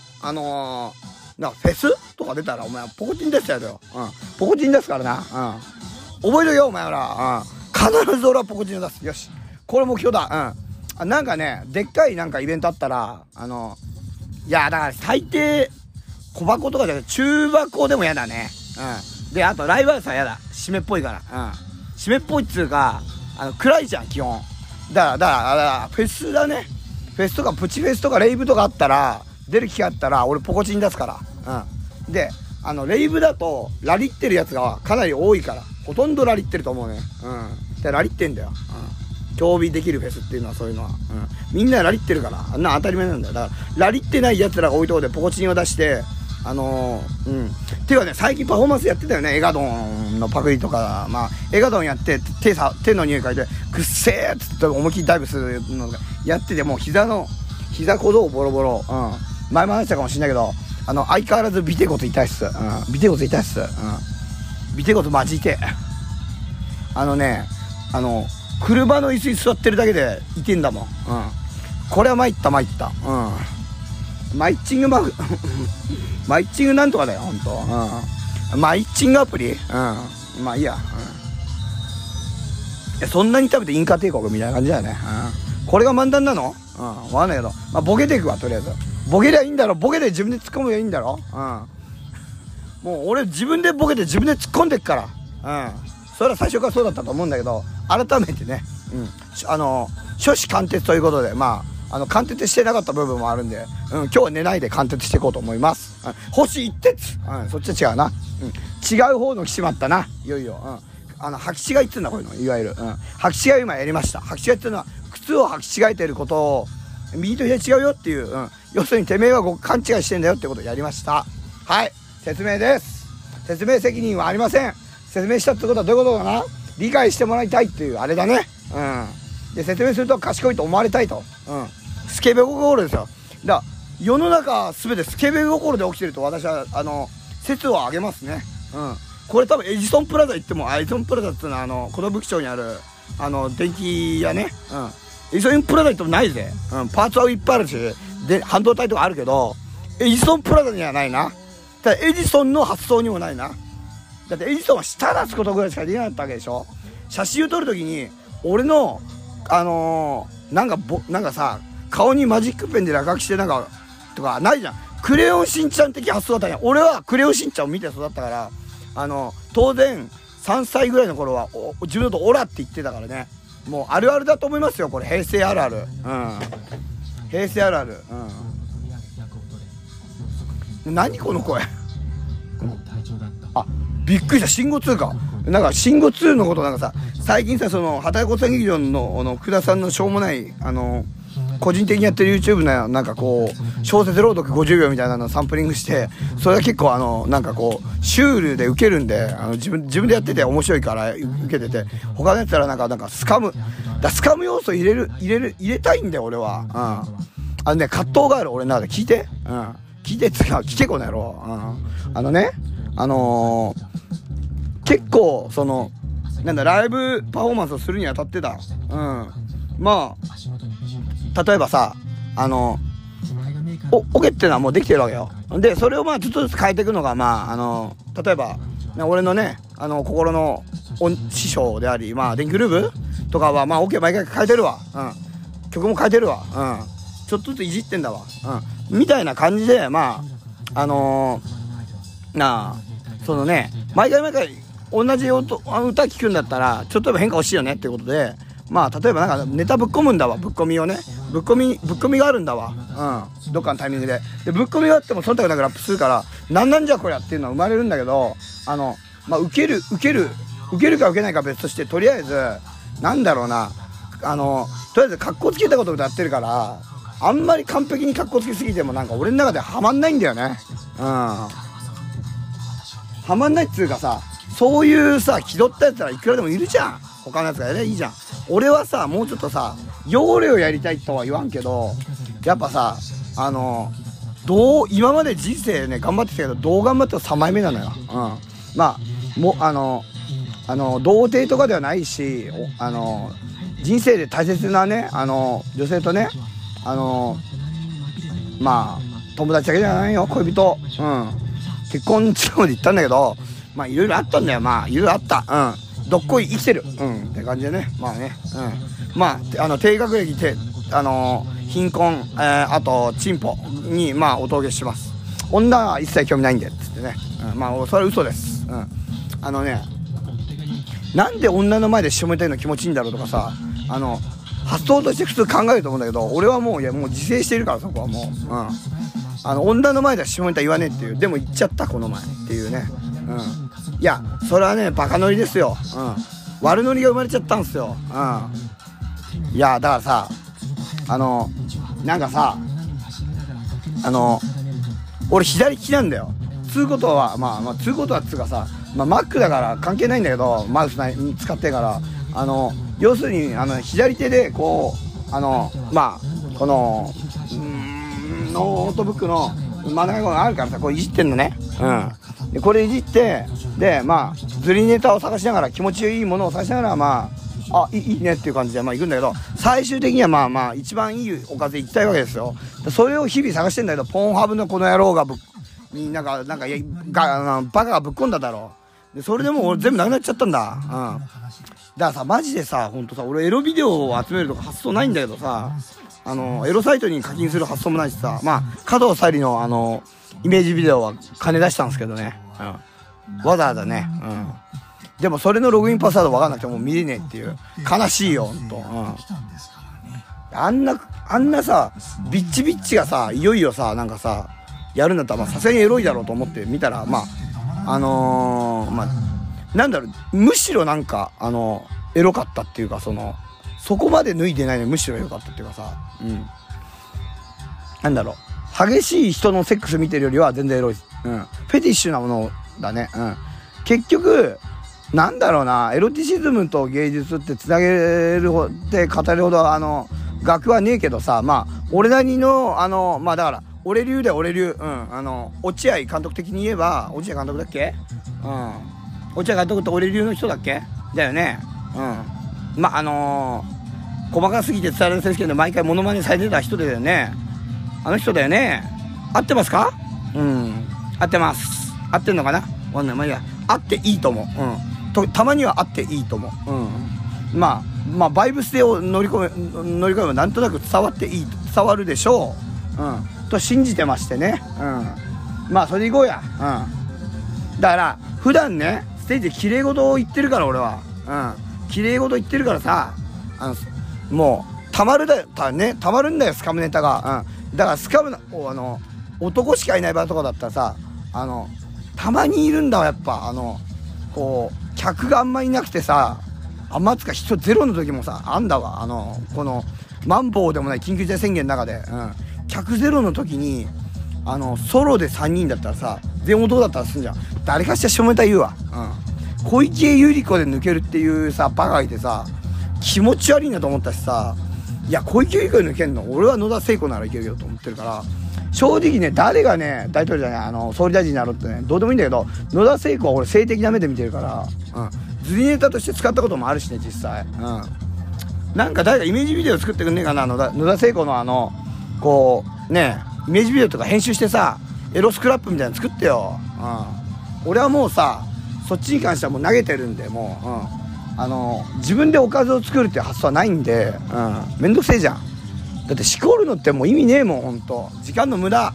ェスとか出たら、お前、ポコチン出したやろよ。ポコチン出すからな。覚えろよ、お前ら。必ず俺はポコチンを出す。よし。これ目標だ。なんかね、でっかいなんかイベントあったら、いや、だから最低、小箱とかじゃなくて、中箱でもやだね。で、あと、ライブハウスはやだ。締めっぽいから。締めっぽいっつうか、暗いじゃん、基本。だから、フェスだね。フェスとか、プチフェスとか、レイブとかあったら、出る気があったら、俺ポコチン出すから。で、レイブだと、ラリってるやつがかなり多いから、ほとんどラリってると思うね。で、ラリってんだよ。競技できるフェスっていうのはそういうのは。みんなラリってるから、あんな当たり前なんだよ。だから、ラリってない奴らが多いところでポコチンを出して、ていうかね、最近パフォーマンスやってたよね。エガドンのパクリとか、まあ、エガドンやって、手の匂い嗅いで、くっせーっつって思いっきりダイブするのがやってて、もう膝小僧ボロボロ。前も話したかもしんないけど、相変わらずビテコツ痛いっす。ビテコツ痛いっす。ビテコツマジ痛い。車の椅子に座ってるだけで痛いんだもん。これは参った。マイッチングマイッチングなんとかだよ、ほんと。マイッチングアプリまあいいや。そんなに食べてインカ帝国みたいな感じだよね。これが漫談なの？わかんないけど。まあ、ボケていくわ、とりあえず。ボケりゃいいんだろ。ボケで自分で突っ込むりゃいいんだろ。もう俺自分でボケて自分で突っ込んでっから。それは最初からそうだったと思うんだけど、改めてね、初子貫徹ということで、まあ、貫徹してなかった部分もあるんで、今日は寝ないで貫徹していこうと思います。星一徹。そっちは違うな。違う方の来ちまったな。いよいよ。履き違いって言うんだ、こういうの。いわゆる。履き違いを今やりました。履き違いっていうのは、靴を履き違えていることを、右と左違うよっていう、要するにてめえは勘違いしてんだよってことをやりました。はい。説明です。説明責任はありません。説明したってことはどういうことかな？理解してもらいたいっていう、あれだね。で、説明すると賢いと思われたいと。スケベ心ですよ。だから、 世の中全てスケベ心で起きてると私は説を挙げますね。これ多分エジソンプラザ行っても、エジソンプラザっていうのは寿町にある電気屋ね。エジソンプラザ行ってもないぜ。パーツはいっぱいあるし、で半導体とかあるけど、エジソンプラザにはないな。ただエジソンの発想にもないな。だってエジソンは舌出すことぐらいしかできなかったわけでしょ。写真を撮るときに俺のなんかさ、顔にマジックペンで落書きしてなんかとかないじゃん。クレヨンしんちゃん的発想だったんや。俺はクレヨンしんちゃんを見て育ったから、当然3歳ぐらいの頃は自分のことオラって言ってたからね。もうあるあるだと思いますよ、これ。平成あるある。平成あるある。何この声。あ、びっくりした。シンゴ2か。なんかシンゴ2のことなんかさ、最近さ、その畑子さん劇場の福田さんのしょうもない個人的にやってる YouTube のなんかこう小説朗読50秒みたいなのをサンプリングして、それが結構なんかこうシュールでウケるんで、自分でやってて面白いからウケてて、他のやつらなんかスカム要素入れたいんだよ俺は。葛藤がある俺の中で。聞いて、聞けこの野郎。結構そのなんだ、ライブパフォーマンスをするにあたってだ。まあ例えばさ、オケっていうのはもうできてるわけよ。でそれをまあちょっとずつ変えていくのが、まあ例えば俺のね心の師匠であり、まあ電気グルーブとかはまあオケ毎回変えてるわ。曲も変えてるわ。ちょっとずついじってんだわ。みたいな感じで、まあそのね、毎回同じ歌聴くんだったらちょっとでも変化欲しいよねっていうことで、まあ例えばなんかネタぶっ込むんだわ。ぶっ込みをね、ぶっ込みがあるんだわ。どっかのタイミングでぶっ込みがあっても忖度なくラップするから、なんじゃこりゃっていうのは生まれるんだけど、まあ受けるか受けないか別として、とりあえずなんだろうな、とりあえずカッコつけたことでやってるから、あんまり完璧にカッコつけすぎてもなんか俺の中ではまんないんだよね。はまんないっつうかさ、そういうさ気取ったやつらいくらでもいるじゃん。他のやつがやればいいじゃん。俺はさ、もうちょっとさ要領やりたいとは言わんけど、やっぱさ今まで人生ね頑張ってきたけど、どう頑張っても3枚目なのよ。まあもう童貞とかではないし、人生で大切なね女性とねまあ友達だけじゃないよ、恋人。結婚近くまで行ったんだけど、まあいろいろあったんだよ。まあいろいろあった。どっこい生きてる。って感じでね。まあね。まあ低学歴貧困、あとチンポにまあお峠します。女は一切興味ないんでっつってね。まあそれは嘘です。なんで女の前で下ネタ言うの気持ちいいんだろうとかさ、発想として普通考えると思うんだけど、俺はもう自制しているから、そこはもう。女の前では下ネタ言わねえっていう。でも言っちゃったこの前っていうね。いやそれはねバカノリですよ。悪ノリが生まれちゃったんですよ。いやだからさ、なんかさ俺左利きなんだよ。つうことはつうことはつうかさ、Mac だから関係ないんだけど、マウス使ってから要するに左手でこうこのノートブックの真ん中があるからさ、これいじってんのね。でこれいじって、でまあずりネタを探しながら、気持ちいいものを探しながら、いいねっていう感じで行くんだけど、最終的には一番いいおかず行きたいわけですよ。それを日々探してんだけど、ポンハブのこの野郎がバカがぶっ込んだだろう。でそれでもう俺全部なくなっちゃったんだ。だからさ、マジでさ、ほんとさ、俺エロビデオを集めるとか発想ないんだけどさ、エロサイトに課金する発想もないしさ、加藤沙莉のイメージビデオは金出したんですけどね。わざわざね。でもそれのログインパスワード分かんなくても見れねえっていう。悲しいよ、ほんと。あんなさ、ビッチがさ、いよいよさ、なんかさ、やるんだったら、さすがにエロいだろうと思って見たら、なんだろう、むしろなんか、エロかったっていうか、そこまで脱いでないのにむしろエロかったっていうかさ、なんだろう、激しい人のセックス見てるよりは全然エロい。フェティッシュなものだね。結局、なんだろうな、エロティシズムと芸術ってつなげるって語るほど、学はねえけどさ、俺なりの、だから、 俺流だよ、俺流。落合監督的に言えば、落合監督だっけ？落合監督って俺流の人だっけ？だよね。細かすぎて伝えられ選手権で毎回モノマネされてた人だよね。あの人だよね。合ってますか？合ってます。合ってんのかな？まあいいや。合っていいと思う。たまには合っていいと思う。まあバイブスで乗り込めばなんとなく伝わるでしょう。と信じてましてね。まあそれでいこうや。だから普段ねステージで綺麗事を言ってるから俺は。綺麗事言ってるからさ、もうたまるんだよスカムネタが。だからスカム男しかいない場とかだったらさ、たまにいるんだわやっぱ。こう客があんまいなくてさ、あんまつか人ゼロの時もさあんだわ。このマンボウでもない緊急事態宣言の中で、客ゼロの時にソロで3人だったらさ、全音だったらすんじゃん。誰かしら下ネタ言うわ。小池百合子で抜けるっていうさバカがいてさ、気持ち悪いなと思ったしさ、いや小池百合子で抜けんの、俺は野田聖子ならいけるよと思ってるから、正直ね誰がね大統領じゃない総理大臣になろうってねどうでもいいんだけど、野田聖子は俺性的な目で見てるから、ズリネタとして使ったこともあるしね実際。なんか誰かイメージビデオ作ってくんねえかな、野田聖子のこうねイメージビデオとか編集してさ、エロスクラップみたいなの作ってよ。俺はもうさそっちに関してはもう投げてるんで、もう、自分でおかずを作るっていう発想はないんで、めんどくせえじゃん。だってしこるのってもう意味ねえもん、ほんと時間の無駄。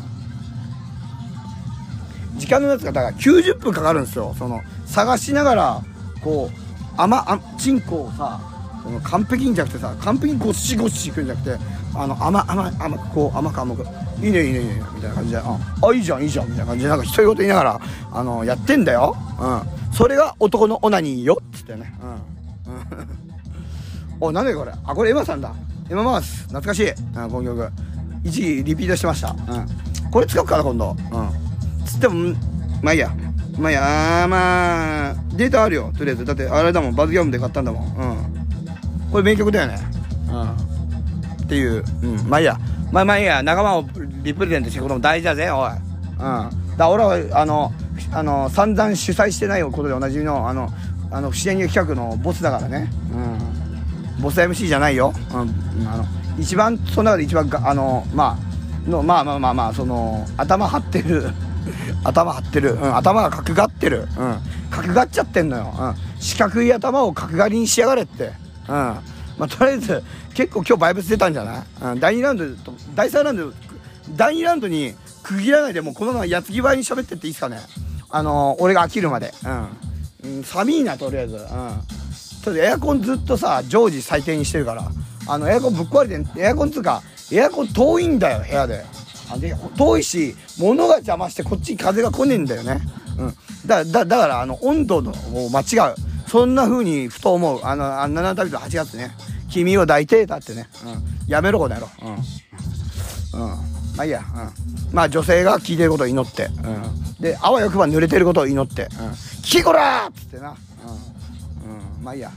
時間のやつがだから90分かかるんですよ。探しながらこうチンコをさ完璧にじゃなくてさ、完璧にゴッシゴッシいくんじゃなくて、甘くいいねみたいな感じで、いいじゃんみたいな感じでなんか独り言言いながらやってんだよ。それが男のオナニーよっつってね。なんでこれ、これエマさんだ。エママウス懐かしい。この曲一時リピートしてました。これ使うかな今度。つってもまあいいや。まあデータあるよとりあえず。だってあれだもん、バズギャムで買ったんだもん。これ名曲だよね。っていう。まあいいや。まあいいや。仲間をリプレゼントしていくことも大事だぜおい。だ俺は散々主催してないことでおなじみの不自然に企画のボスだからね。ボス MC じゃないよ。一番その中で一番頭張ってる頭が角張ってる。角張っちゃってんのよ。四角い頭を角刈りにしやがれって。とりあえず結構今日バイブス出たんじゃない？第2ラウンドと第3ラウンド、第2ラウンドに区切らないでもうこのまま矢継ぎ早に喋ってっていいっすかね。俺が飽きるまで。寒いなとりあえず。ちょっとエアコンずっとさ常時最低にしてるから、エアコンぶっ壊れて、エアコン遠いんだよ部屋で。遠いし物が邪魔してこっちに風が来ねえんだよね。だから温度の間違う。そんな風にふと思う。7旅と8月ね、君を抱いてたってね。やめろこの野郎。まあいいや。まあ女性が聞いてることを祈って、であわよくば濡れてることを祈って、聞けこらーっつってな。まあいいや。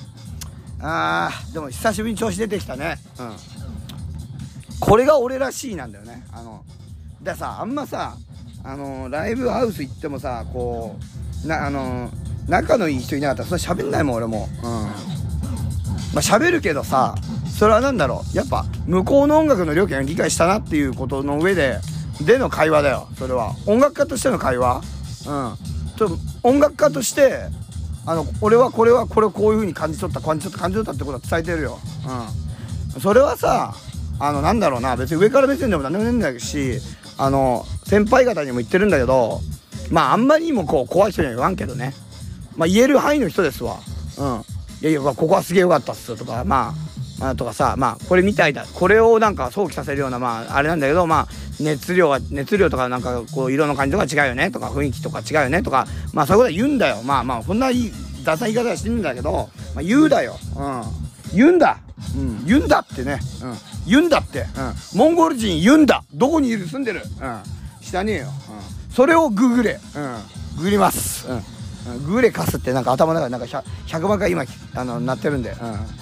でも久しぶりに調子出てきたね。これが俺らしいなんだよね。ださあんまさライブハウス行ってもさこう仲のいい人いなかったらそれ喋んないもん俺も。喋るけどさ、それはなんだろう、やっぱ向こうの音楽の料金を理解したなっていうことの上での会話だよ。それは音楽家としての会話。音楽家として俺はこれをこういう風に感じ取ったってことは伝えてるよ。それはさなんだろうな、別に上から目線でも何でもねえんだし、先輩方にも言ってるんだけど、あんまりにもこう怖い人には言わんけどね、言える範囲の人ですわ。いやここはすげえ良かったっすとか、とかさ、これみたいだ、これをなんか想起させるようなあれなんだけど、熱量とかなんかこう色の感じとか違うよねとか雰囲気とか違うよねとか、そういうことは言うんだよ。こんなダサい言い方はしてるんだけど、言うだよ。言うんだってね。言うんだって。モンゴル人言うんだ。どこに住んでる？知らねえよ。それをググれ。ググります。ググれかすってなんか頭の中でなんか100万回今鳴ってるんで。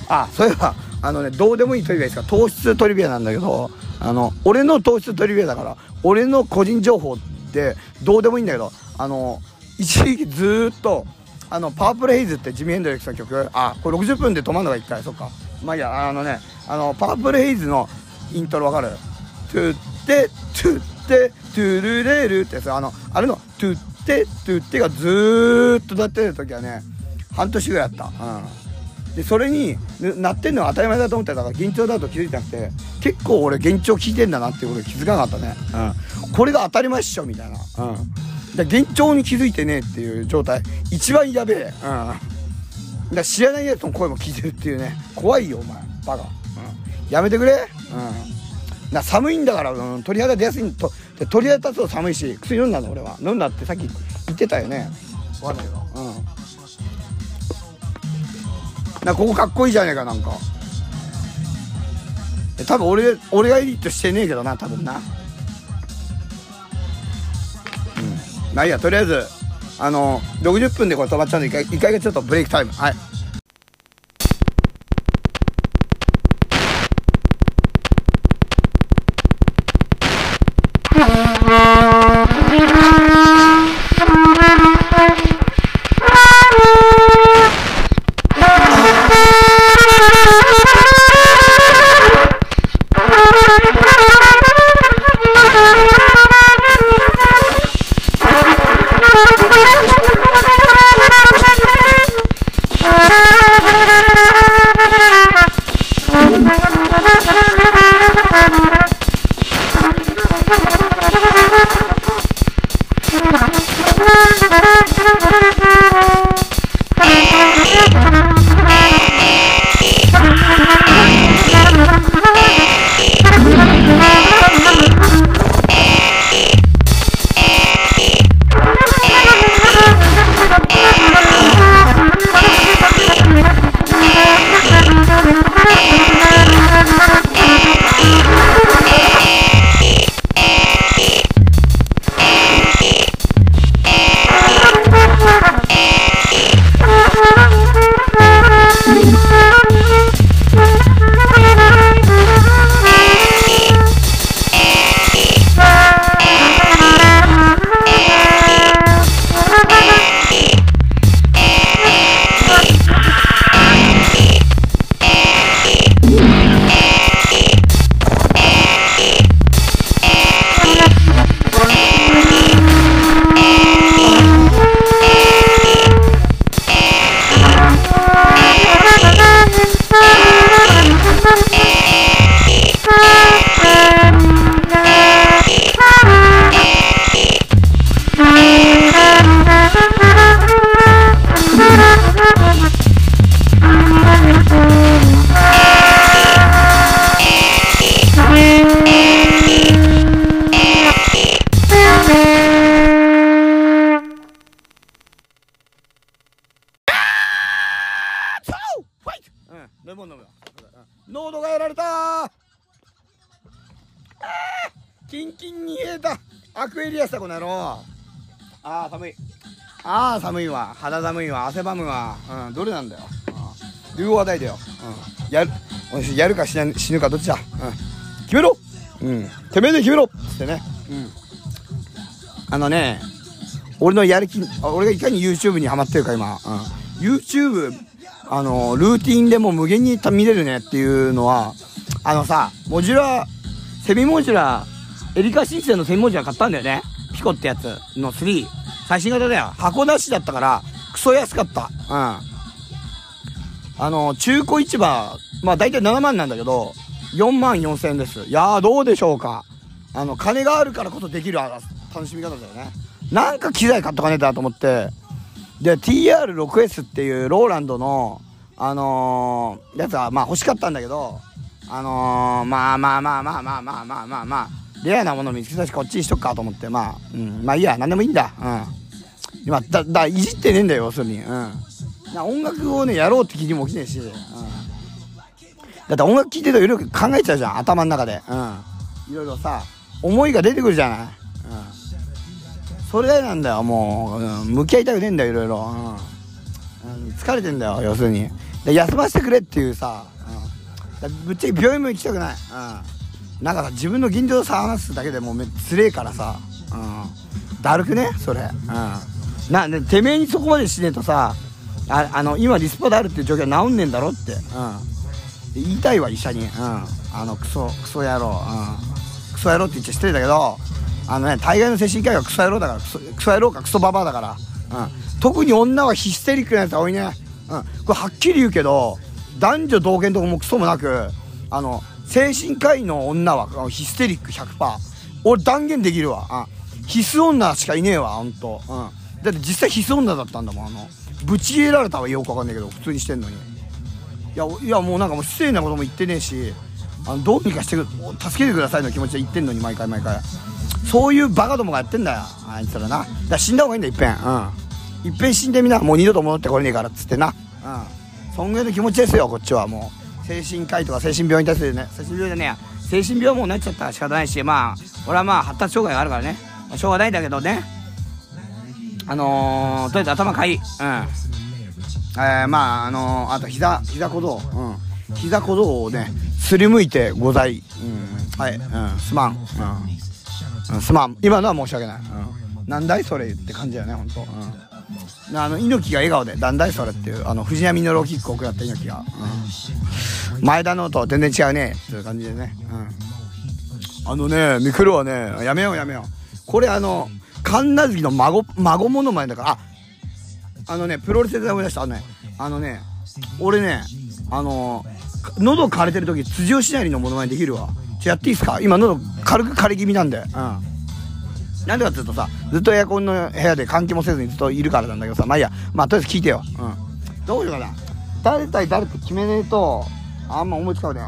そういえばどうでもいいトリビアですか、糖質トリビアなんだけど、俺の糖質トリビアだから、俺の個人情報ってどうでもいいんだけど、一時期ずーっとパープルヘイズってジミー・ヘンドリックスの曲、これ60分で止まるのが1回、そっか、まあいいや、パープルヘイズのイントロわかる？トゥッテトゥッテトゥルレルってさ、あれのトゥッテトゥッテがずーっと鳴ってる時はね、半年ぐらいあった。でそれに鳴ってんのは当たり前だと思ってたから幻聴だと気づいてなくて、結構俺幻聴聞いてんだなっていうことに気づかなかったね。これが当たり前っしょみたいな。で幻聴に気づいてねえっていう状態一番やべえ。だ知らないやつの声も聞いてるっていうね、怖いよお前バカ。やめてくれ。寒いんだから、鳥肌出やすいと、鳥肌立つと寒いし、薬飲んだの俺は。飲んだってさっき言ってたよね。わかんないけど。ここかっこいいじゃねえか、なんか。多分俺がエディットしてねえけどな、多分な。まあいいや、とりあえず60分でこれ止まっちゃうんで、一回がちょっとブレイクタイム。はい。レモン飲むよ。濃度がやられたー。キンキンに冷えたアクエリアスだこの野郎。寒い。寒いわ。肌寒いわ。汗ばむわ。どれなんだよ。ルーオアダイだよ。やるか死ぬかどっちだ。決めろ。てめえで決めろっつってね。俺のやる気、俺がいかに YouTube にハマってるか今。YouTube、ルーティンでも無限に見れるねっていうのは、セミモジュラエリカシステムのセミモジュラ買ったんだよね。ピコってやつの3。最新型だよ。箱なしだったから、クソ安かった。中古市場、だいたい7万なんだけど、44,000円です。いやー、どうでしょうか。金があるからこそできる楽しみ方だよね。なんか機材買っとかねえだと思って。で、TR6S っていうローランドの、やつは、欲しかったんだけど、レアなもの見つけたし、こっちにしとくかと思って、いいや、なんでもいいんだ。今、いじってねえんだよ、要するに。音楽をね、やろうって気にも起きねえし、だって音楽聴いてるといろいろ考えちゃうじゃん、頭の中で。いろいろさ、思いが出てくるじゃない。それなんだよ、もう、向き合いたくねえんだよ、いろいろ。疲れてんだよ、要するに。 で休ませてくれっていうさ、ぶっちゃけ病院も行きたくない。なんかさ、自分の現状を話すだけでもうつれえからさ、だるくねそれ。てめえにそこまでしねえとさ、今リスポであるっていう状況は治んねえんだろって、言いたいわ医者に。クソ野郎、クソ野郎って言っちゃ失礼だけど、大概の精神科医はクソ野郎だから、クソ野郎かクソババアだから、特に女はヒステリックなやつが多いね。これはっきり言うけど、男女同権とかもクソもなく、精神科医の女はヒステリック 100%。俺断言できるわ。ヒス女しかいねえわ、ほんと。だって実際ヒス女だったんだもん。ぶち入れられたわ、よくわかんないけど、普通にしてんのに。いやもうなんかもう失礼なことも言ってねえし、どうにかして助けてくださいの気持ちで言ってんのに、毎回。そういうバカどもがやってんだよ、あいつらな。だから死んだ方がいいんだ、いっぺん死んでみな、もう二度と戻ってこれねえからっつってな。そんぐらいの気持ちですよ、こっちは。もう精神科医とか精神病に対するね、精神病じゃねえや、精神病はもうなっちゃったら仕方ないし、俺は発達障害があるからね、しょうがないんだけどね。とりあえず頭かいい。あと膝小僧、膝小僧をねすりむいてござい、すまん、すまん、今のは申し訳ない。なんだいそれって感じだよね、ほんと。猪木が笑顔でなんだいそれっていう、藤波のローキックを食らった猪木が、前田のと全然違うねっていう感じでね。ミクロはね、やめよう。これ神奈月の孫モノマネだから。プロレスで思い出した。俺ね、喉枯れてる時辻吉成のモノマネできるわ。やっていいっすか？今喉軽く枯れ気味なんで。なんでかっていうとさ、ずっとエアコンの部屋で換気もせずにずっといるからなんだけどさ、まあいいや、とりあえず聞いてよ。どうしようかな。誰対誰って決めねえとあんま思いつかうね。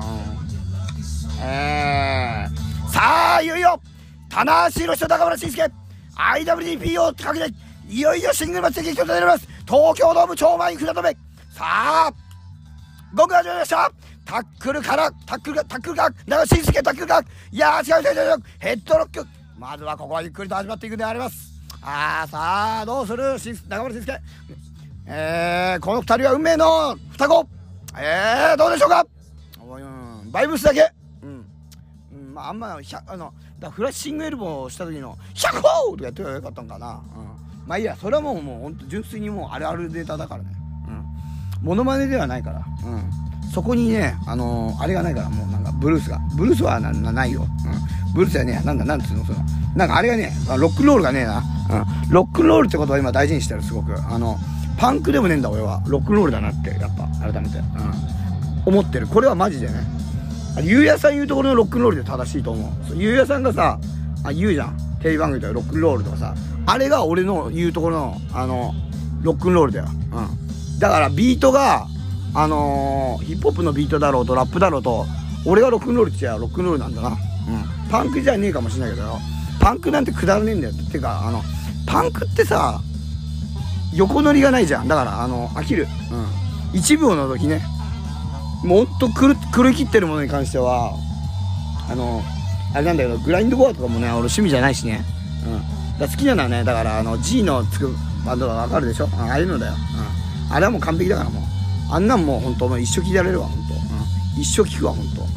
さあいよいよ棚橋宏と中村慎介 IWGP をかけていよいよシングルマッチで激突となります。東京ドーム超満員札止め。さあゴングが始まりました。タックルか中村慎介タックルか、いやー違うヘッドロック。まずはここはゆっくりと始まっていくんであります。さあどうする中村慎介。この2人は運命の双子。どうでしょうか。バイブスだけ。あんまだフラッシングエルボーをした時の100ホーとかやってればよかったんかな。まあいいや、それはもうほんと純粋にもうあるあるデータだからね。モノマネではないから。そこにねあれがないから、もうなんかブルースはないよ。ブルースはね、なんつうの、なんかあれがね、ロックンロールがねえな。ロックンロールってことは今大事にしてる、すごく。パンクでもねえんだ俺は。ロックンロールだなってやっぱ改めて、思ってる。これはマジでね、ゆうやさん言うところのロックンロールで正しいと思う。ゆうやさんがさ言うじゃん、テレビ番組とかロックンロールとかさ、あれが俺の言うところのロックンロールだよ。だからビートがヒップホップのビートだろうとラップだろうと、俺がロックンロールって言っちゃロックンロールなんだな。パンクじゃねえかもしれないけどよ、パンクなんてくだらねえんだよ。ってかパンクってさ横乗りがないじゃん。だから飽きる。一部を除きね、もっと狂い切ってるものに関してはあれなんだけど、グラインドコアとかもね俺趣味じゃないしね。だ好きなのはね、だからG のつくバンドがわかるでしょ。ああいうのだよ。あれはもう完璧だから、もうあんなんもうほんと一生聴いてやれるわ、ほんと。一生聴くわ、ほんと。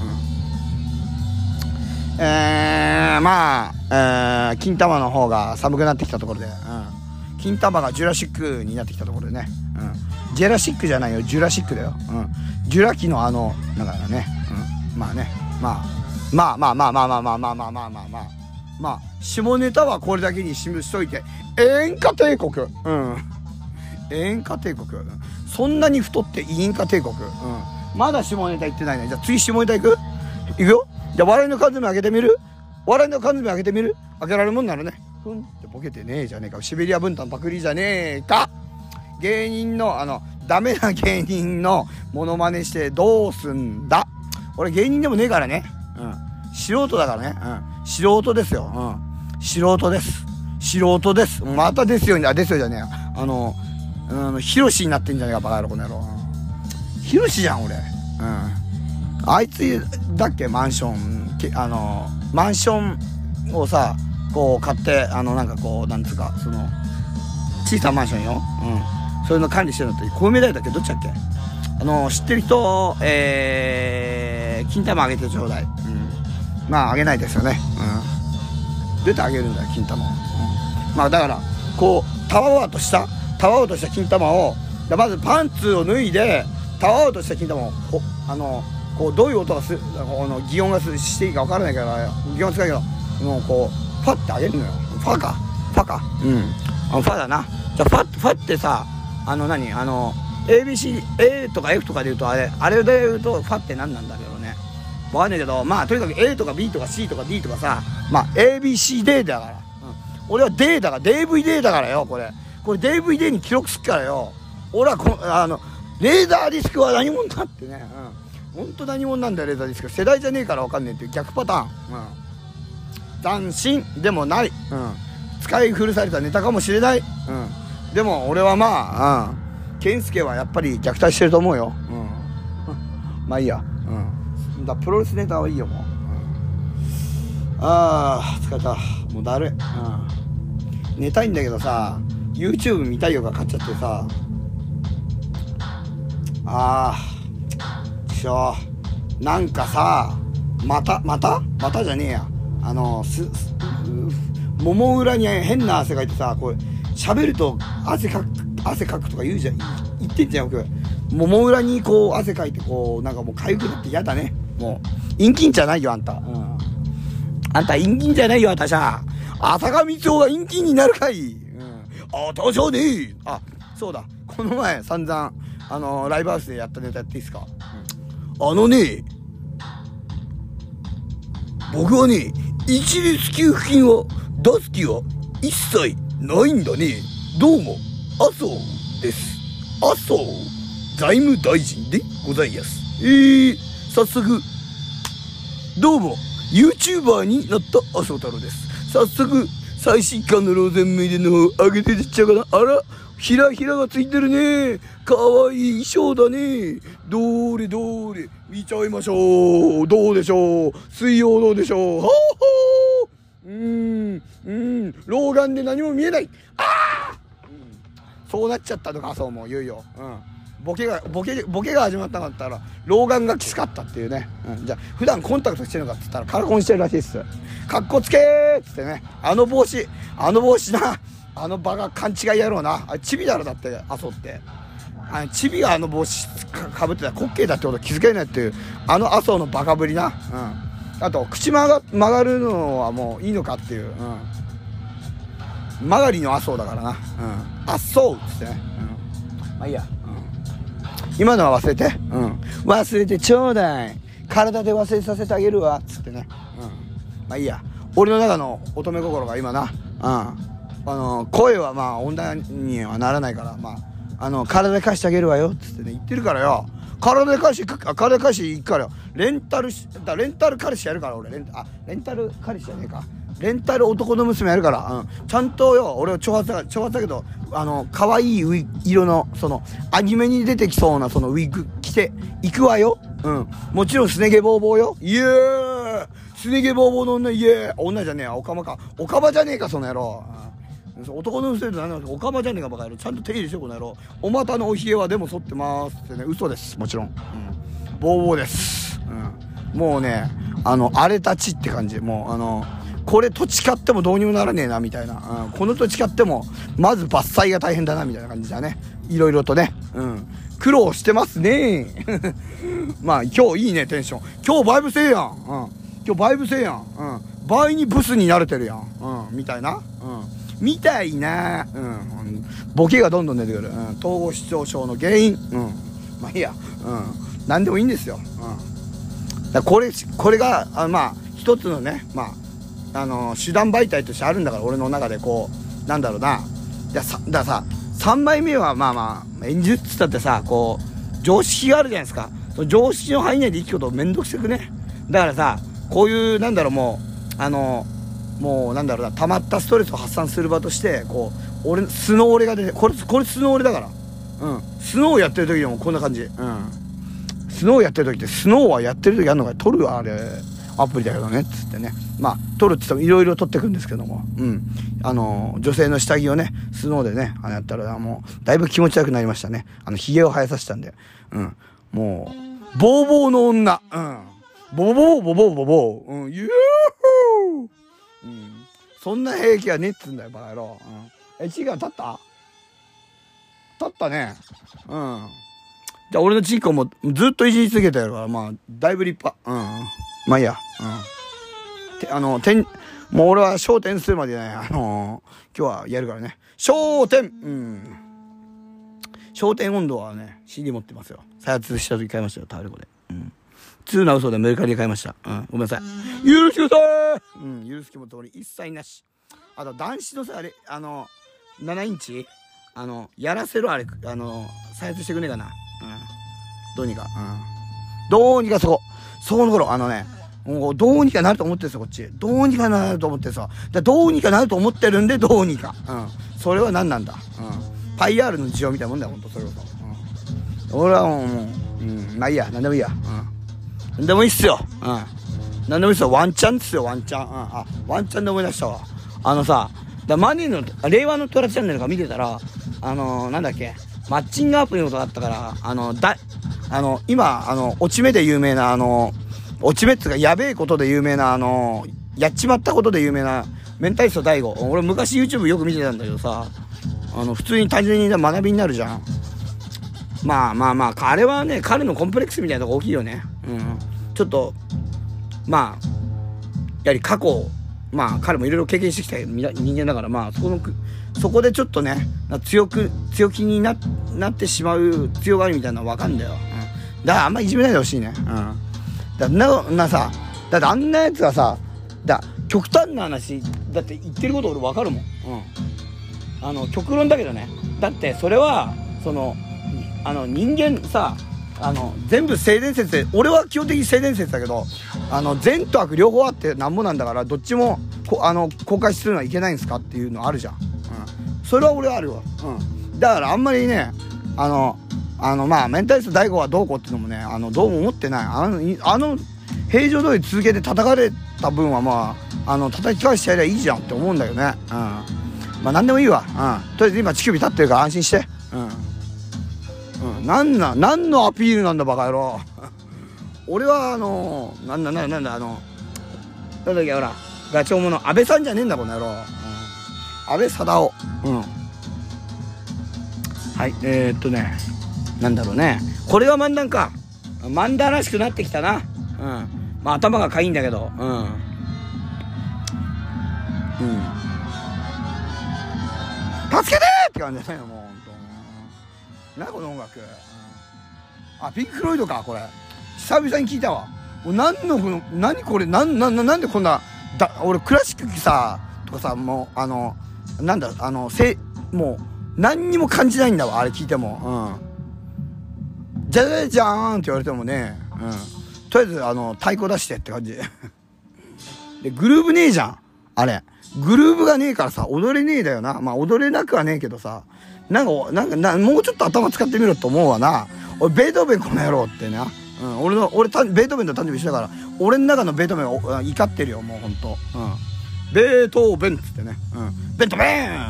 金玉の方が寒くなってきたところで、金玉がジュラシックになってきたところでね、ジェラシックじゃないよ、ジュラシックだよ。ジュラ紀のだからね、下ネタはこれだけにしといて、演歌帝国。演歌帝国。そんなに太っていい演歌帝国。まだ下ネタ言ってないね。じゃあ次下ネタいくよ。じゃあ笑いの缶詰開けてみる。開けられるもんならね。ふんってボケてねえじゃねえか。シベリア分担パクリじゃねえか。芸人のダメな芸人のモノマネしてどうすんだ。俺芸人でもねえからね。素人だからね。素人ですよ。素人です。またですよ。ですよじゃねえよ。ヒロシになってんじゃねえか、バカ野郎、この野郎。ヒロシじゃん、俺。あいつだっけ、マンションをさ、こう買って、なんかこう、なんつうか、小さなマンションよ。そういうの管理してるのって、小梅大だっけ、どっちだっけ。 知ってる人、金玉あげてちょうだい。まああげないですよね。どうやってあげるんだよ金玉を。まあだからこうたわわとした金玉を、まずパンツを脱いでたわわとした金玉をこうどういう音が擬音がしていいか分からないから擬音使うけど、もうこうファってあげるのよ。ファかファだな。じゃあファってさ、ABC A とか F とかで言うとあれで言うとファって何なんだけどね、分かんないけど、まあとにかく A とか B とか C とか D とかさ、まあ ABCD だから、俺は D だから DVD だからよ。これ DVD に記録すっからよ。俺はレーザーディスクは何者だってね、ほんと何者なんだよレーザーディスク。世代じゃねえから分かんねえっていう逆パターン。斬新でもない、使い古されたネタかもしれない、でも俺はまあ、健介はやっぱり虐待してると思うよ。まあいいや。だプロレスネタはいいよもう。疲れた。もうだるい。寝たいんだけどさ、 YouTube 見たいよが買っちゃってさ、なんかさ、またじゃねえや、もも裏に変な汗かいてさ、これ喋ると汗かくとか言うじゃん、言ってんじゃん僕。もも裏にこう汗かいてこうなんかもう痒くなって嫌だね。もう陰菌じゃないよあんた。あんた陰菌じゃないよ私は。浅香光代が陰菌になるかい。私はね。そうだ、この前散々ライブハウスでやったネタやっていいですか。僕はね、一律給付金を出す気は一切ないんだね。どうも麻生です。麻生財務大臣でございます。早速どうも YouTuber になった麻生太郎です。早速最新刊のローゼンメイデンの方上げていっちゃうかな。あら、ひらがついてるね。かわいい衣装だね。どれ見ちゃいましょう。どうでしょう、水曜どうでしょう。老眼で何も見えない。そうなっちゃったのか。そうもう言うよ。ボケが始まったんだったら老眼がきつかったっていうね。じゃあ普段コンタクトしてるのかって言ったらカラコンしてるらしいです。かっこつけーっつってね。あの帽子な、あのバカ勘違いやろうな。チビだろだって麻生って。チビがあの帽子かぶってたら滑稽だってこと気づけないっていう麻生のバカぶりな。あと口曲がるのはもういいのかっていう。曲がりの麻生だからな。麻生っつってね。まあいいや。今のは忘れて。忘れてちょうだい。体で忘れさせてあげるわっつってね。まあいいや。俺の中の乙女心が今な。声はまあ女にはならないから、まあ体で貸してあげるわよっつってね言ってるからよ。体で貸し行くからよ。レンタル彼氏やるから俺。レンタル彼氏じゃねえか。レンタル男の娘やるから、ちゃんとよ、俺は挑発だけど、可愛い色の、アニメに出てきそうな、そのウィッグ着て、行くわよ。もちろん、すね毛ボーボーよ。イエーイ、すね毛ボーボーの女、イエーイ、女じゃねえや、オカマか。オカマじゃねえか、その野郎。男の娘と何なんですか、オカマじゃねえか、バカ野郎。ちゃんと手入れして、この野郎。お股のおひげはでも剃ってますってね、嘘です、もちろん。ボーボーです。もうね、荒れたちって感じ。もう、これ土地買ってもどうにもならねえなみたいな、この土地買ってもまず伐採が大変だなみたいな感じだね。いろいろとね、苦労してますねまあ今日いいねテンション。今日バイブせえやん。倍にブスに慣れてるやん。みたいな。みたいな。ボケがどんどん出てくる。統合失調症の原因。まあいいや。何でもいいんですよ。だこれがまあ一つのね、まあ手段媒体としてあるんだから、俺の中でこうなんだろうな。だからさ、3枚目はまあ演術っつったってさ、こう常識があるじゃないですか。その常識の範囲内で生きることめんどくさくね。だからさ、こういうなんだろう、もうなんだろうな、溜まったストレスを発散する場として、こう素の俺が出て、これ素の俺だから。スノーやってる時でもこんな感じ。スノーやってる時って、スノーはやってる時あんのかい。撮るわあれ。 アプリだけどねっつってね、まあ撮るって言ってもいろいろ撮ってくんですけども、女性の下着をねスノーでねやったらもうだいぶ気持ち悪くなりましたね。髭を生えさせたんで、もうボーボーの女、ボボーボボーボボー、ユーホー、そんな兵器はねっつんだよバカ野郎。1時間経ったね。じゃあ俺のチンコもずっといじり続けてるから、まあだいぶ立派。まあいいや。もう俺は焦点するまでね、今日はやるからね。焦点、焦点温度はね CD 持ってますよ。再発した時買いましたよ、タワレコで。2な嘘でメルカリで買いました。ごめんなさい。許してください。許す気も通り一切なし。あと男子のさ、あれ7インチやらせろ、あれ再発してくんねえかな。どうにか、どうにかそこの頃もうどうにかなると思ってるんですよ、こっち。どうにかなると思ってさ。どうにかなると思ってるんで、どうにか。それは何なんだ。パイ R の需要みたいなもんだよ、ほんと、それこそ。俺はもう、まあいいや、なんでもいいや。なんでもいいっすよ。なんでもいいっすよ。ワンチャンっすよ、ワンチャン。ワンチャンで思い出したわ。マネーの、令和のトラチャンネルが見てたら、なんだっけ、マッチングアプリのことだったから、今、落ち目で有名な、落ち目っつうか、やべえことで有名な、やっちまったことで有名な、メンタリスト大悟。俺昔 YouTube よく見てたんだけどさ、普通に単純に学びになるじゃん。まあ、あれはね、彼のコンプレックスみたいなとこ大きいよね。ちょっと、まあ、やはり過去、まあ、彼もいろいろ経験してきた人間だから、まあ、そこでちょっとね、強気になってしまう強がりみたいなのわかんだよ。だからあんまいじめないでほしいね。だってあんなやつがさ、極端な話、だって言ってること俺わかるもん。極論だけどね。だってそれは、人間さ、全部性善説で、俺は基本的に性善説だけど、善と悪両方あってなんぼなんだから、どっちも公開するのはいけないんですかっていうのあるじゃん。それは俺はあるわ。だからあんまりね、まあメンタリスト大悟はどうこうっていうのもね、どうも思ってない。平常通り続けて叩かれた分はまあ叩き返してやりゃいいじゃんって思うんだよね。まあ何でもいいわ。とりあえず今乳首立ってるから安心して。何のアピールなんだバカ野郎。俺はなんだっけ、ほらガチョウモの安倍さんじゃねえんだこの野郎。安倍貞夫。はいなんだろうね、これが漫談か。漫談らしくなってきたな。まあ頭がかいんだけど、助けてって感じだね、もうほんと。何この音楽。ピンク・フロイドか、これ久々に聞いたわ。何これ、なんでこんな俺クラシックさとかさ、もうもう何にも感じないんだわ、あれ聞いても。じゃじゃじゃーんって言われてもね、とりあえず太鼓出してって感じで、グルーブねえじゃん、あれ。グルーブがねえからさ、踊れねえだよな。まあ踊れなくはねえけどさ、もうちょっと頭使ってみろと思うわな。俺ベートーベンこの野郎ってな。俺ベートーベンと誕生日一緒だから、俺の中のベートーベンは怒ってるよ、もうほんと。ベートーベンっつってね。ベートーベン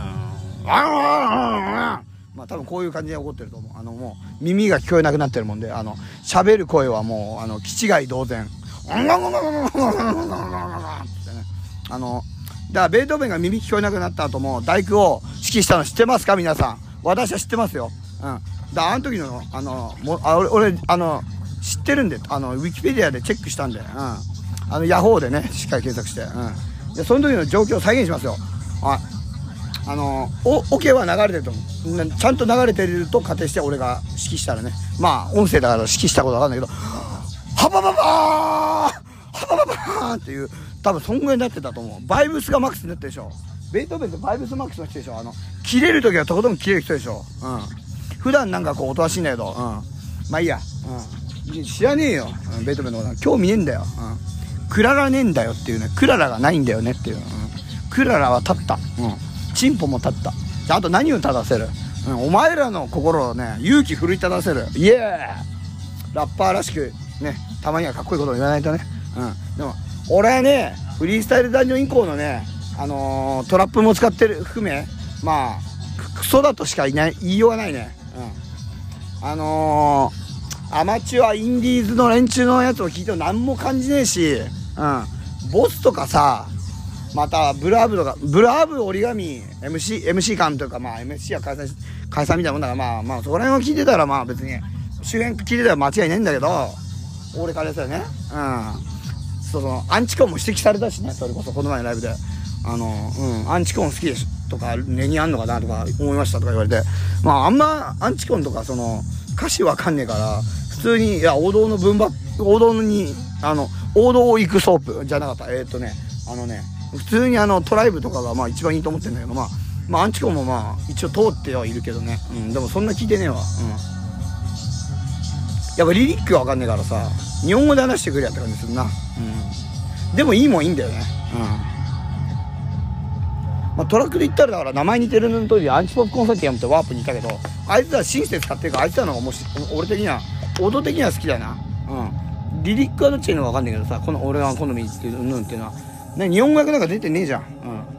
まあ多分こういう感じで怒ってると思う。もう耳が聞こえなくなってるもんで、喋る声はもう気違い同然。ってね。だからベートーベンが耳聞こえなくなった後も大工を指揮したの知ってますか皆さん。私は知ってますよ。だから時の俺知ってるんで、ウィキペディアでチェックしたんで、ヤホーでねしっかり検索して、でその時の状況を再現しますよ。オケは流れてると思う。ちゃんと流れてると仮定して俺が指揮したらね、まあ音声だから指揮したことわかんないけど、ハバババーハバババーっていう、多分そんぐらいになってたと思う。バイブスがマックスになってるでしょ。ベートーベンってバイブスマックスの人でしょ。切れる時はとことん切れる人でしょ。普段なんかこうおとなしいんだけど、まあいいや。知らねえよ、ベートーベンのこと興味ねえんだよ。クララねえんだよっていうね。クララがないんだよねっていう。クララは立った。チンポも立った。じゃあと何を立たせる。お前らの心をね、勇気奮い立たせる。イエーイ。ラッパーらしくね、たまにはかっこいいことを言わないとね。でも俺はね、フリースタイルダンジョン以降のね、トラップも使ってる含め、まあ、クソだとしか言いようがないね。アマチュアインディーズの連中のやつを聞いても何も感じねえし、ボスとかさ、またブラーブ折り紙 MC 感というか、まあ MC は解散みたいなもんだから、まあそこら辺を聞いてたら、まあ別に周辺聞いてたら間違いないんだけど、俺からですよね。そのアンチコンも指摘されたしね、それこそこの前のライブでアンチコン好きでしょとか、根にあんのかなとか思いましたとか言われて、まああんまアンチコンとかその歌詞わかんねえから、普通に、いや、王道を行くソープじゃなかった。普通にトライブとかがまあ一番いいと思ってんだけど、まあアンチコンもまあ一応通ってはいるけどね。でもそんな聞いてねえわ。やっぱリリックがわかんねえからさ、日本語で話してくれやって感じするな。でもいいもんいいんだよね。まあトラックで言ったらだから名前似てるのとおりアンチポップコンサーティアムってワープにいたけど、あいつらシンセ使ってるから、あいつらの方が俺的には音的には好きだな。リリックはどっちのか分かんないけどさ、この俺が好みっていうっていうのはね、日本語訳なんか出てねえじゃん。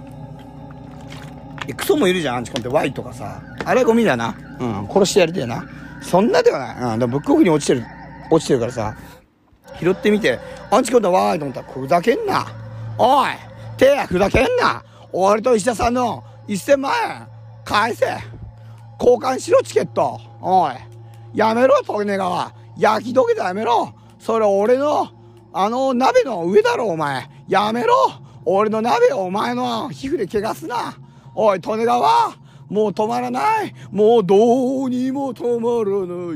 クソもいるじゃん、アンチコンって。 Y とかさ、あれはゴミだな。殺してやりてえな。そんなではない。でもブックオフに落ちてるからさ、拾ってみて、アンチコンってわーいと思ったら、ふざけんな、おいふざけんな、俺と石田さんの1000万円返せ、交換しろチケット、おいやめろ、トゲネ川焼き土下座やめろ、それ俺の鍋の上だろお前、やめろ、俺の鍋をお前の皮膚で汚すな、おい利根川、もう止まらない、もうどうにも止まらない、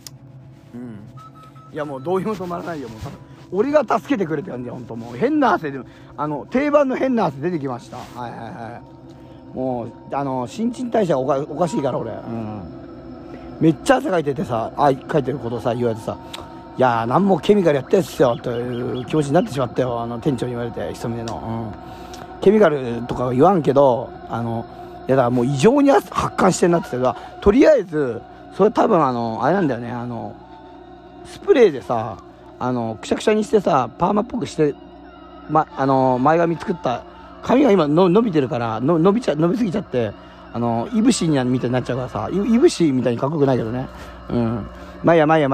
いやもうどうにも止まらないよ。もう俺が助けてくれって感じ。本当もう変な汗で、定番の変な汗出てきました。もう新陳代謝がおかしいから俺、めっちゃ汗かいててさ、かいてることさ言われてさ、いやーなんもケミカルやってんすよという気持ちになってしまったよ。店長に言われて、ひとみでの、ケミカルとかは言わんけど、いやだからもう異常に発汗してんなって言ってた。とりあえずそれ多分あれなんだよね、スプレーでさ、くしゃくしゃにしてさ、パーマっぽくして、前髪作った髪が今伸びてるから伸びすぎちゃって、イブシみたいになっちゃうからさ、イブシみたいにかっこよくないけどね。マヤ誰？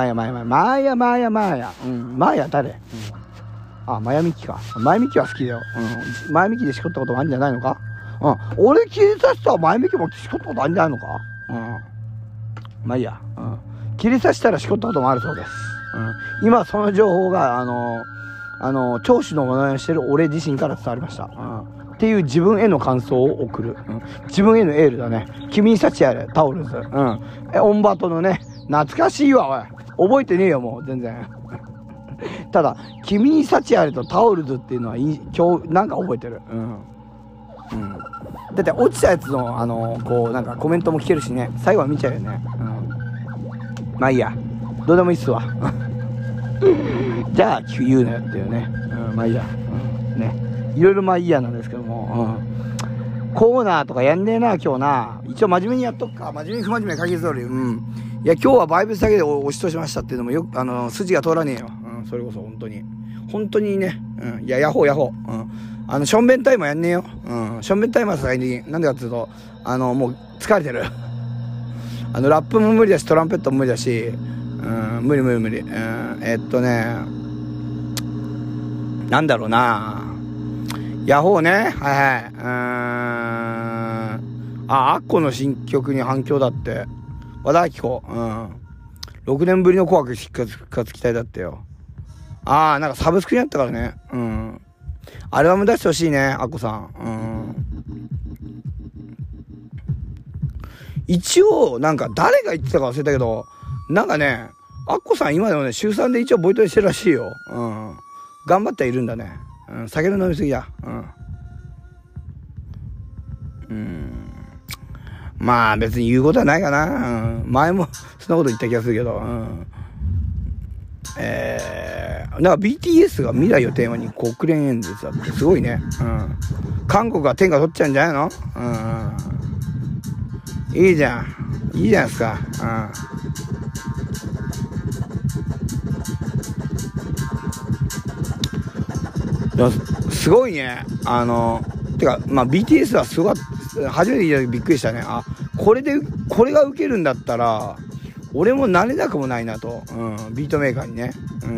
マヤミキか。マヤミキは好きだよ。マヤミキでしこったこともあるんじゃないのか。俺切り刺したらマヤミキもしこったことあるんじゃないのか。まあいいや。切り刺したらしこったこともあるそうです。今その情報が聴取のものにしてる俺自身から伝わりました。っていう自分への感想を送る。自分へのエールだね。君に幸あれ、タオルズ。オンバトのね、懐かしいわ、おい。覚えてねえよ、もう、全然。ただ、君に幸あれとタオルズっていうのは今日、なんか覚えてる。だって落ちたやつの、こう、なんかコメントも聞けるしね、最後は見ちゃうよね。まあいいや。どうでもいいっすわ。じゃあ言うなよっていうね。まあいいや。ね。いろいろまあいいやなんですけども。コーナーとかやんねえな、今日な。一応真面目にやっとくか。真面目に不真面目書き通り。いや、今日はバイブスだけで押し通しましたっていうのもよく、筋が通らねえよ。それこそ本当に。本当にね。いや、ヤホー。ションベンタイムはやんねえよ。ションベンタイムは最近、なんでかっていうと、もう疲れてる。ラップも無理だし、トランペットも無理だし、無理。なんだろうな。ヤホーね。アッコの新曲に反響だって。和田アキ子。6年ぶりの紅白復活期待だってよ。なんかサブスクにあったからね。アルバム出してほしいね、アッコさん。一応、なんか誰が言ってたか忘れたけど、なんかね、アッコさん今でもね、週3で一応ボイトレしてるらしいよ。頑張ってはいるんだね。酒の飲みすぎだ。まあ別に言うことはないかな。前もそんなこと言った気がするけど。なんか BTS が未来をテーマに国連演説だってすごいね。韓国は天下取っちゃうんじゃないの？いいじゃないですか。 すごいね。てか、まあ、BTS はすごかった。初めて聞いた時びっくりしたね。あ、これが受けるんだったら、俺もなれなくもないなと。ビートメーカーにね。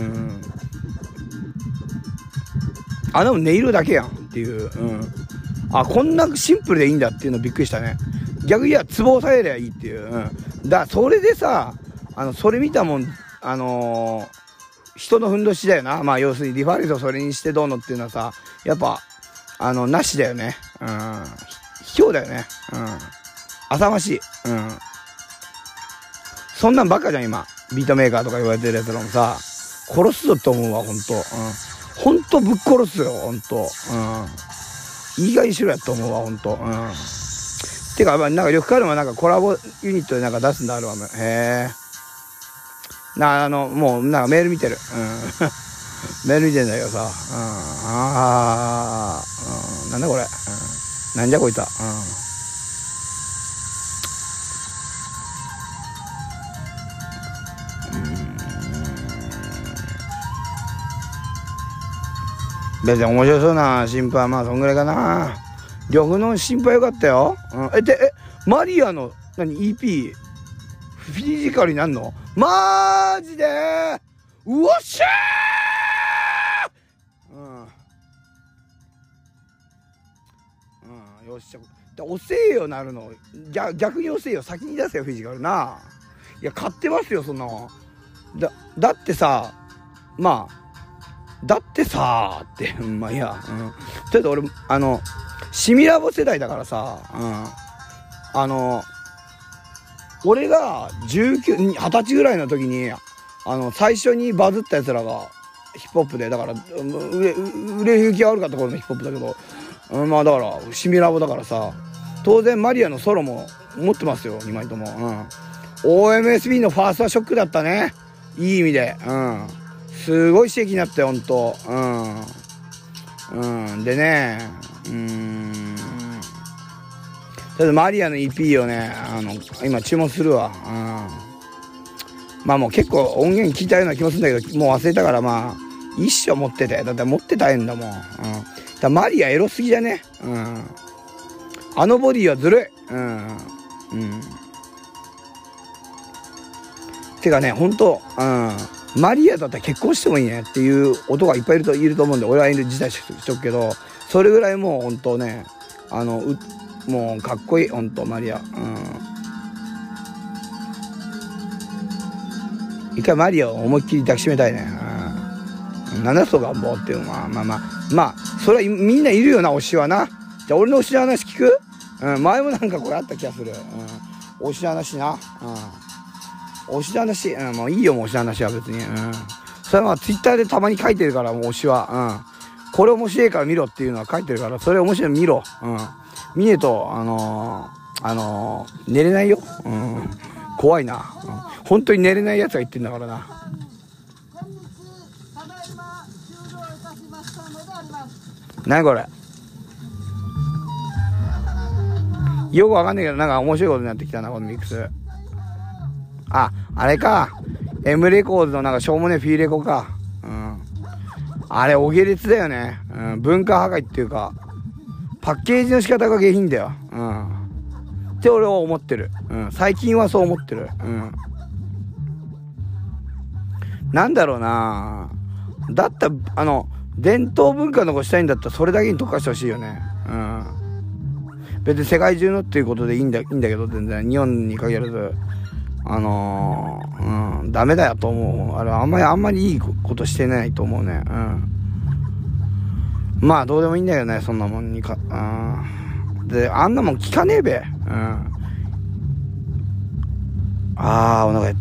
でも音色だけやんっていう。あ、こんなシンプルでいいんだっていうのびっくりしたね。逆にツボを押さえりゃいいっていう。それでさ、それ見たもん、人のふんどしだよな。まあ、要するにリファレンスをそれにしてどうのっていうのはさ、やっぱ、なしだよね。卑怯だよね。浅ましい。そんなんばっかじゃん、今。ビートメーカーとか言われてるやつらもさ、殺すぞって思うわ、ほんと。ほんとぶっ殺すよ、ほんと。いい加減にしろやと思うわ、ほんと。てか、なんか、呂布カルマなんかコラボユニットでなんか出すんだ、アルバム。へもう、なんかメール見てる。メール見てんだけどさ。なんだこれ。なんじゃこいつは。別に面白そうな新婦はまあそんぐらいかな。呂布の新婦はよかったよ。マリアのEP フィジカルになんの？マジでうわっしゃー。よっしゃ。押せよなるの。逆に押せよ。先に出せよフィジカルな。いや買ってますよそんなの。だってさ、まあ。だってさーって、まあいいや、ちょっと俺、シミラボ世代だからさ、俺が20歳ぐらいの時に、最初にバズった奴らが、ヒップホップで、だから、売れ行きが悪かった頃のヒップホップだけど、まあだから、シミラボだからさ、当然マリアのソロも持ってますよ、2枚とも。OMSB のファーストはショックだったね。いい意味で。すごい刺激になったよ、ほんと。でね、とりあえずマリアの EP をね、今注文するわ。まあもう結構音源聞いたような気もするんだけど、もう忘れたからまあ、一生持ってて。だって持ってたんだもん。だマリアエロすぎじゃね。あのボディはずるい。てかね、ほんと、マリアだったら結婚してもいいねっていう男がいっぱいいると思うんで、俺はいる自体しとくけど、それぐらいもうほんとね、もうかっこいい、ほんとマリア。一回マリアを思いっきり抱きしめたいね。なんだそ願望っていうのは、まあ、それはみんないるよな、推しはな。じゃあ俺の推しの話聞く？前もなんかこれあった気がする。推しの話な。推しの話、もういいよ、もう推しの話は別に。それはまあツイッターでたまに書いてるから、もう推しは。これ面白いから見ろっていうのは書いてるから、それ面白いの見ろ。見ねえと、寝れないよ。怖いな。本当に寝れないやつが言ってんだからな。何これ。よくわかんないけど、なんか面白いことになってきたな、このミックス。あれか。M レコードのなんかしょうもねえフィーレコか。あれ、お下劣だよね。文化破壊っていうか、パッケージの仕方が下品だよ。って俺は思ってる。最近はそう思ってる。なんだろうな。だったら、伝統文化残したいんだったらそれだけに特化してほしいよね。別に世界中のっていうことでいいんだけど、全然日本に限らず。ダメだよと思う。あれあんまりいいことしてないと思うね。まあどうでもいいんだけどね、そんなもんにか。で、あんなもん聞かねえべ。お腹減った。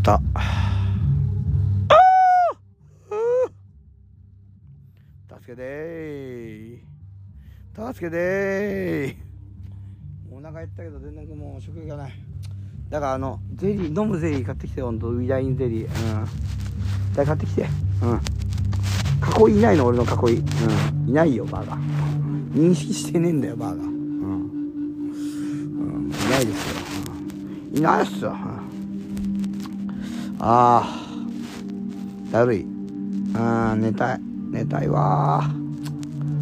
助けてー。助けてー。お腹減ったけど全然もう食欲がない。だからゼリー、飲むゼリー買ってきてよ、ほんと、ウィダインゼリー。だから買ってきて。囲いいないの、俺の囲い。いないよ、バーガー。認識してねえんだよ、バーガー。いないですよ。いないっすよ。だるい。寝たいわー。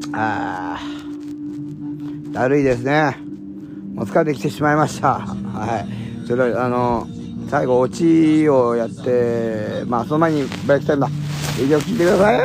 だるいですね。もう疲れてきてしまいました。はい。ちょっと最後オチをやって、まあその前にブレイクタイムだ。以上聞いてください。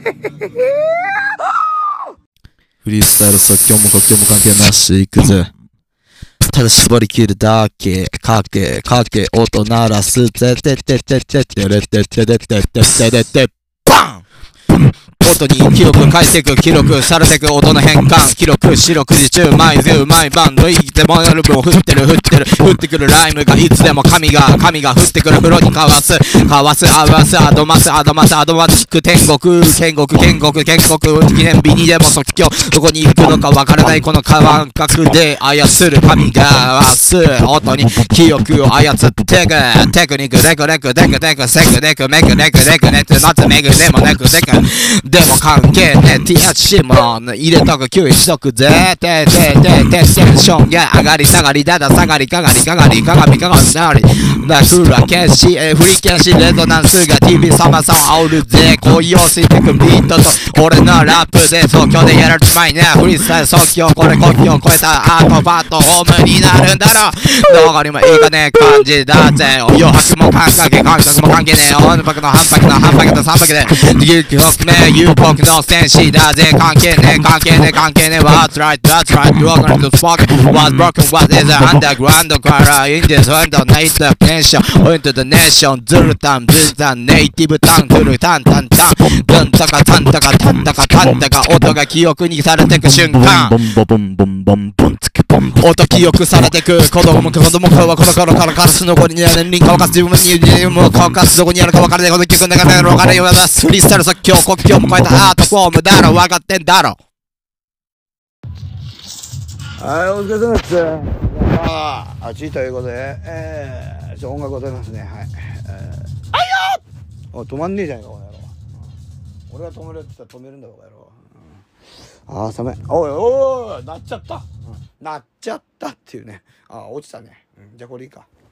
フリースタイル即興も国境も関係なし、いくぜ。ただ絞り切るだけ、かけ、音鳴らす、ててててててれててててててて、バン音に記録返していく、記録されていく音の変換、記録、四六時中、毎バンド、いつでもやる分降ってくるライムがいつでも神が降ってくる風呂にかわす、合わす、アドマス、聞く天国、記念日にでも即興、どこに行くのかわからないこの感覚で操る神が合わす、音に記憶を操っていく、テクニック、セクネク、メクネク、ナツメグでもなく、でも関係ねえ THC も入れとく9しとくぜテンションが上がり下がりだだ下がり鏡なりだフラケンシフリケンシレゾナンスが TV サマさん煽るぜ恋をしてくビートと俺のラップで即興でやられちまいねフリースタイル即興これ国境を超えたアートファートホームになるんだろどこにもいいかねえ感じだぜ余白も感覚も関係ねえ音拍の反拍と三拍で有僕の戦士だぜ関係ねえ What's right You're gonna fuck What's broken What is the underground から In this world Native nation Into the nation ズルタンネイティブタンズルタンブンタカタンタカ音が記憶にされてく瞬間音記憶されてく子供はこの頃からカラスの子に年輪乾かす自分にも乾かすどこにあるか分からないこの曲の中で分かるようなフリースタイル即興国境も超えたアートフォームだろ分かってんだろはいお疲れ様です暑いということで音楽ございますねはいはいよ止まんねえじゃねえかこの野郎俺が止めるって言ったら止めるんだろこの野郎寒いおいなっちゃったなっちゃったっていうね落ちたねじゃあこれいいか